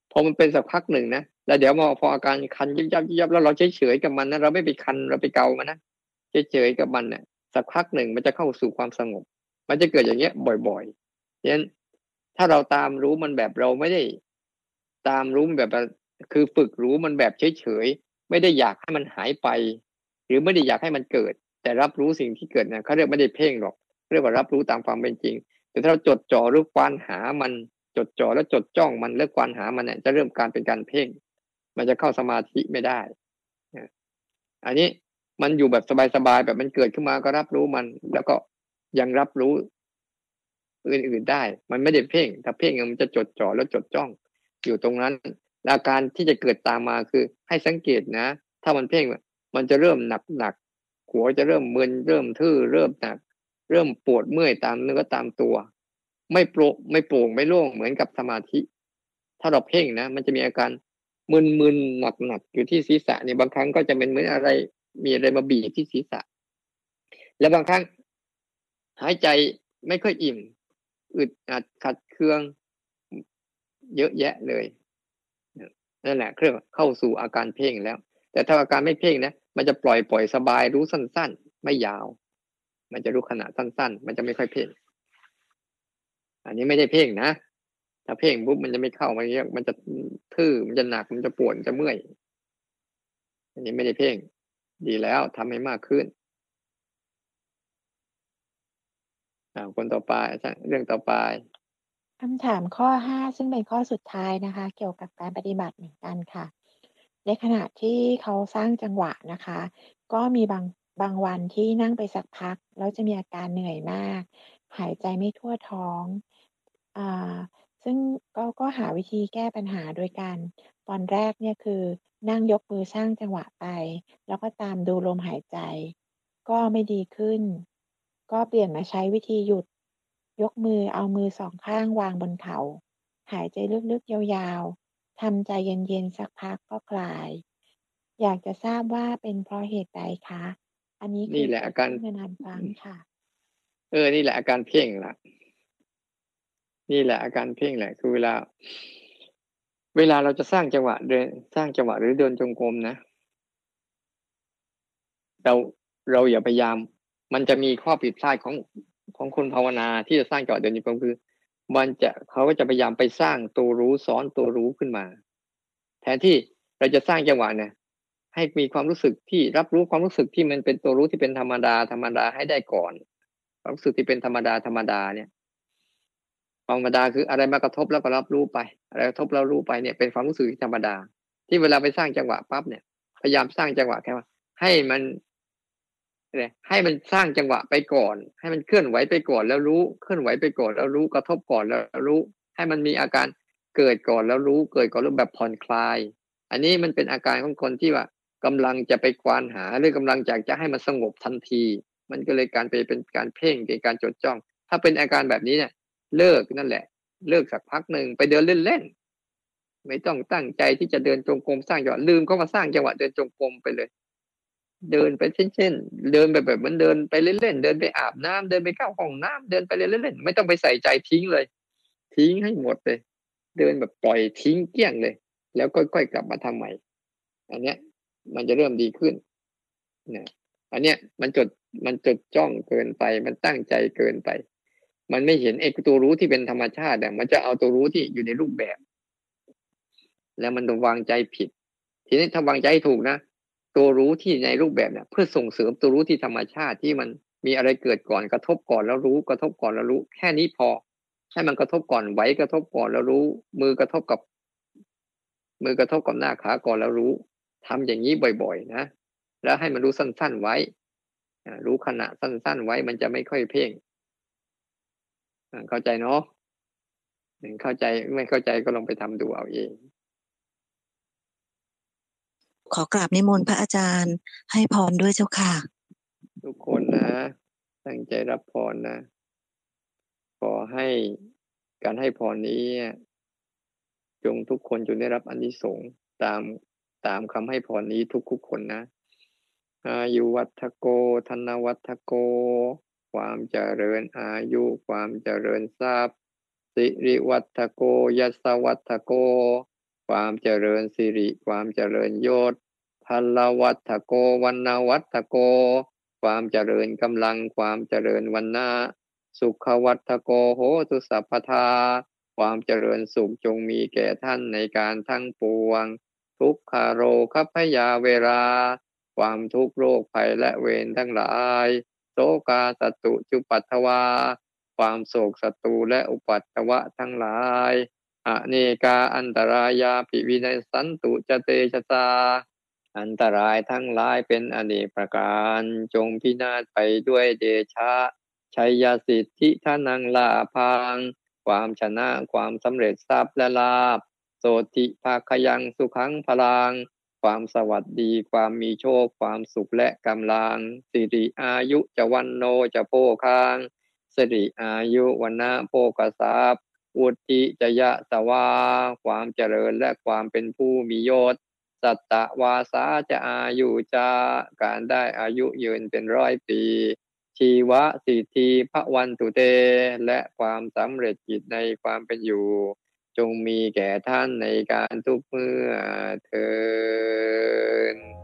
Speaker 1: พอมันเป็นสักพักหนึ่งนะแล้วเดี๋ยวมาพออาการคันยิบยับยิบยับแล้วเราเฉยๆกับมันนะเราไม่ไปคันเราไปเกามันนะเฉยๆกับมันเนี่ยสักพักหนึ่งมันจะเข้าสู่ความสงบมันจะเกิดอย่างเงี้ยบ่อยๆฉะนั้นถ้าเราตามรู้มันแบบเราไม่ได้ตามรู้แบบคือฝึกรู้มันแบบเฉยๆไม่ได้อยากให้มันหายไปหรือไม่ได้อยากให้มันเกิดแต่รับรู้สิ่งที่เกิดเนี่ยเขาเรียกไม่ได้เพ่งหรอกเรียกว่ารับรู้ตามความเป็นจริงแต่ถ้าเราจดจ่อหรือควานหามันจดจ่อแล้วจดจ้องมันแล้วควานหามันเนี่ยจะเริ่มการเป็นการเพ่งมันจะเข้าสมาธิไม่ได้อันนี้มันอยู่แบบสบายๆแบบมันเกิดขึ้นมาก็รับรู้มันแล้วก็ยังรับรู้อื่นๆได้มันไม่ได้เพ่งถ้าเพ่งมันจะจดจ่อแล้วจดจ้องอยู่ตรงนั้นอาการที่จะเกิดตามมาคือให้สังเกตนะถ้ามันเพ่งมันจะเริ่มหนักๆหัวจะเริ่มมึนเริ่มทื่อเริ่มหนักเริ่มปวดเมื่อยตามเนื้อตามตัวไม่โปร่งไม่โปร่งไม่โล่งเหมือนกับสมาธิถ้าเราเพ่งนะมันจะมีอาการมึนๆหนักๆอยู่ที่ศีรษะเนี่ยบางครั้งก็จะเป็นเหมือนอะไรมีอะไรมาบีบที่ศีรษะและบางครั้งหายใจไม่ค่อยอิ่มอึดอัดขัดเคืองเยอะแยะเลยนั่นแหละเครื่องเข้าสู่อาการเพ่งแล้วแต่ถ้าอาการไม่เพ่งนะมันจะปล่อยปล่อยสบายรู้สั้นๆไม่ยาวมันจะรู้ขณะสั้นๆมันจะไม่ค่อยเพ่งอันนี้ไม่ได้เพ่งนะถ้าเพ่งปุ๊บมันจะไม่เข้ามันเยอะมันจะทื่อมันจะหนักมันจะปวดจะเมื่อยอันนี้ไม่ได้เพ่งดีแล้วทำให้มากขึ้นอ่าคนต่อไปเรื่องต่อไป
Speaker 3: คำถามข้อห้าซึ่งเป็นข้อสุดท้ายนะคะเกี่ยวกับการปฏิบัติเหมือนกันค่ะในขณะที่เขาสร้างจังหวะนะคะก็มีบางบางวันที่นั่งไปสักพักแล้วจะมีอาการเหนื่อยมากหายใจไม่ทั่วท้องอ่าซึ่งก็ก็หาวิธีแก้ปัญหาโดยการตอนแรกเนี่ยคือนั่งยกมือสร้างจังหวะไปแล้วก็ตามดูลมหายใจก็ไม่ดีขึ้นก็เปลี่ยนมาใช้วิธีหยุดยกมือเอามือสองข้างวางบนเข่าหายใจลึกๆยาวๆทำใจเย็นๆสักพักก็คลายอยากจะทราบว่าเป็นเพราะเหตุใดคะอันนี้คื
Speaker 1: นี่
Speaker 3: อ
Speaker 1: แหละอาการ
Speaker 3: เกิดขึ้นนานๆครั้งค่ะ
Speaker 1: เออนี่แหละอาการเพ่งล่ะนี่แหละอาการเพ่งแหละคือเวลาเวลาเราจะสร้างจังหวะเดินสร้างจังหวะหรือเดินจงกรมนะเราเราอย่าพยายามมันจะมีข้อผิดพลาดของของคนภาวนาที่จะสร้างจังหวะเดินจงกรมคือมันจะเขาก็จะพยายามไปสร้างตัวรู้ซ้อนตัวรู้ขึ้นมาแทนที่เราจะสร้างจังหวะเนี่ยให้มีความรู้สึกที่รับรู้ความรู้สึกที่มันเป็นตัวรู้ที่เป็นธรรมดาธรรมดาให้ได้ก่อนความรู้สึกที่เป็นธรรมดาธรรมดาเนี่ยธรรมดาคืออะไรมากระทบแล้วก็รับรู้ไปอะไรกระทบแล้วรู้ไปเนี่ยเป็นความรู้สึกธรรมดาที่เวลาไปสร้างจังหวะปั๊บเนี่ยพยายามสร้างจังหวะแค่ว่าให้มันให้มันสร้างจังหวะไปก่อนให้มันเคลื่อนไหวไปก่อนแล้วรู้เคลื่อนไหวไปก่อนแล้วรู้กระทบก่อนแล้วรู้ให้มันมีอาการเกิดก่อนแล้วรู้เกิดก่อนแล้วแบบผ่อนคลายอันนี้มันเป็นอาการของคนที่ว่ากำลังจะไปควานหาหรือกำลังอยากจะให้มันสงบทันทีมันก็เลยการไปเป็นการเพ่งเป็นการจดจ้องถ้าเป็นอาการแบบนี้เนี่ยเลิกนั่นแหละเลิกสักพักหนึ่งไปเดินเล่นๆไม่ต้องตั้งใจที่จะเดินจงกรมสร้างจังหวะลืมก็มาสร้างจังหวะเดินจงกรมไปเลยเดินไปเช่นๆเดินไปแบบเหมือนเดินไปเล่นๆเดินไปอาบน้ำเดินไปเข้าห้องน้ำเดินไปเล่นๆไม่ต้องไปใส่ใจทิ้งเลยทิ้งให้หมดเลยเดินแบบปล่อยทิ้งเกลี้ยงเลยแล้วค่อยๆกลับมาทำใหม่อันเนี้ยมันจะเริ่มดีขึ้นนะอันเนี้ยมันจดมันจดจ้องเกินไปมันตั้งใจเกินไปมันไม่เห็นไอ้ตัวรู้ที่เป็นธรรมชาติเนี่ยมันจะเอาตัวรู้ที่อยู่ในรูปแบบแล้วมันต้องวางใจผิดทีนี้ถ้าวางใจถูกนะตัวรู้ที่ในรูปแบบเนี่ยเพื่อส่งเสริมตัวรู้ที่ธรรมชาติที่มันมีอะไรเกิดก่อนกระทบก่อนแล้วรู้กระทบก่อนแล้วรู้แค่นี้พอให้มันกระทบก่อนไหวกระทบก่อนแล้วรู้มือกระทบกับมือกระทบกับหน้าขาก่อนแล้วรู้ทำอย่างนี้บ่อยๆนะแล้วให้มันรู้สั้นๆไว้รู้ขณะสั้นๆไว้มันจะไม่ค่อยเพ่งเข้าใจเนาะเข้าใจไม่เข้าใจก็ลองไปทำดูเอาเอง
Speaker 2: ขอกราบนิมนต์พระอาจารย์ให้พรด้วยเจ้าค่ะ
Speaker 1: ทุกคนนะตั้งใจรับพรนะขอให้การให้พรนี้จงทุกคนจงได้รับอานิสงส์ตามตามคำให้พรนี้ทุกๆคนนะอายุวัฏโกธนวัฏโกความเจริญอายุความเจริญทรัพย์สิริวัฏโกยศวัฏโกความเจริญสิริความเจริญยศพลวัตโกวันนาวัตโกความเจริญกำลังความเจริญวันนาสุขวัตโกโหตุสัพพทาความเจริญสุขจงมีแก่ท่านในการทั้งปวงทุกขโรคัพพยาเวราความทุกข์โรคภัยและเวรทั้งหลายโสกาสตุจุปัตถวาความโศกศัตรูและอุปัตตวะทั้งหลายอเนกาอันตรายาภิวินัยสันตุจเตชะสาอันตรายทั้งหลายเป็นอเนกประการจงพินาศไปด้วยเดชะชัยสิทธิทานังลาพังความชนะความสำเร็จทรัพย์และลาภโสติภาคยังสุขังพลังความสวัสดีความมีโชคความสุขและกำลังสิริอายุจะวันโนจะโภคังสิริอายุวันนะโภคทรัพย์อุทิจยะสวาความเจริญและความเป็นผู้มียศสัตตวาสาจะอายุจะการได้อายุยืนเป็นร้อยปีชีวะสิทธิพระวันตุเตและความสำเร็จกิจในความเป็นอยู่จงมีแก่ท่านในการทุกเมื่อเทอญ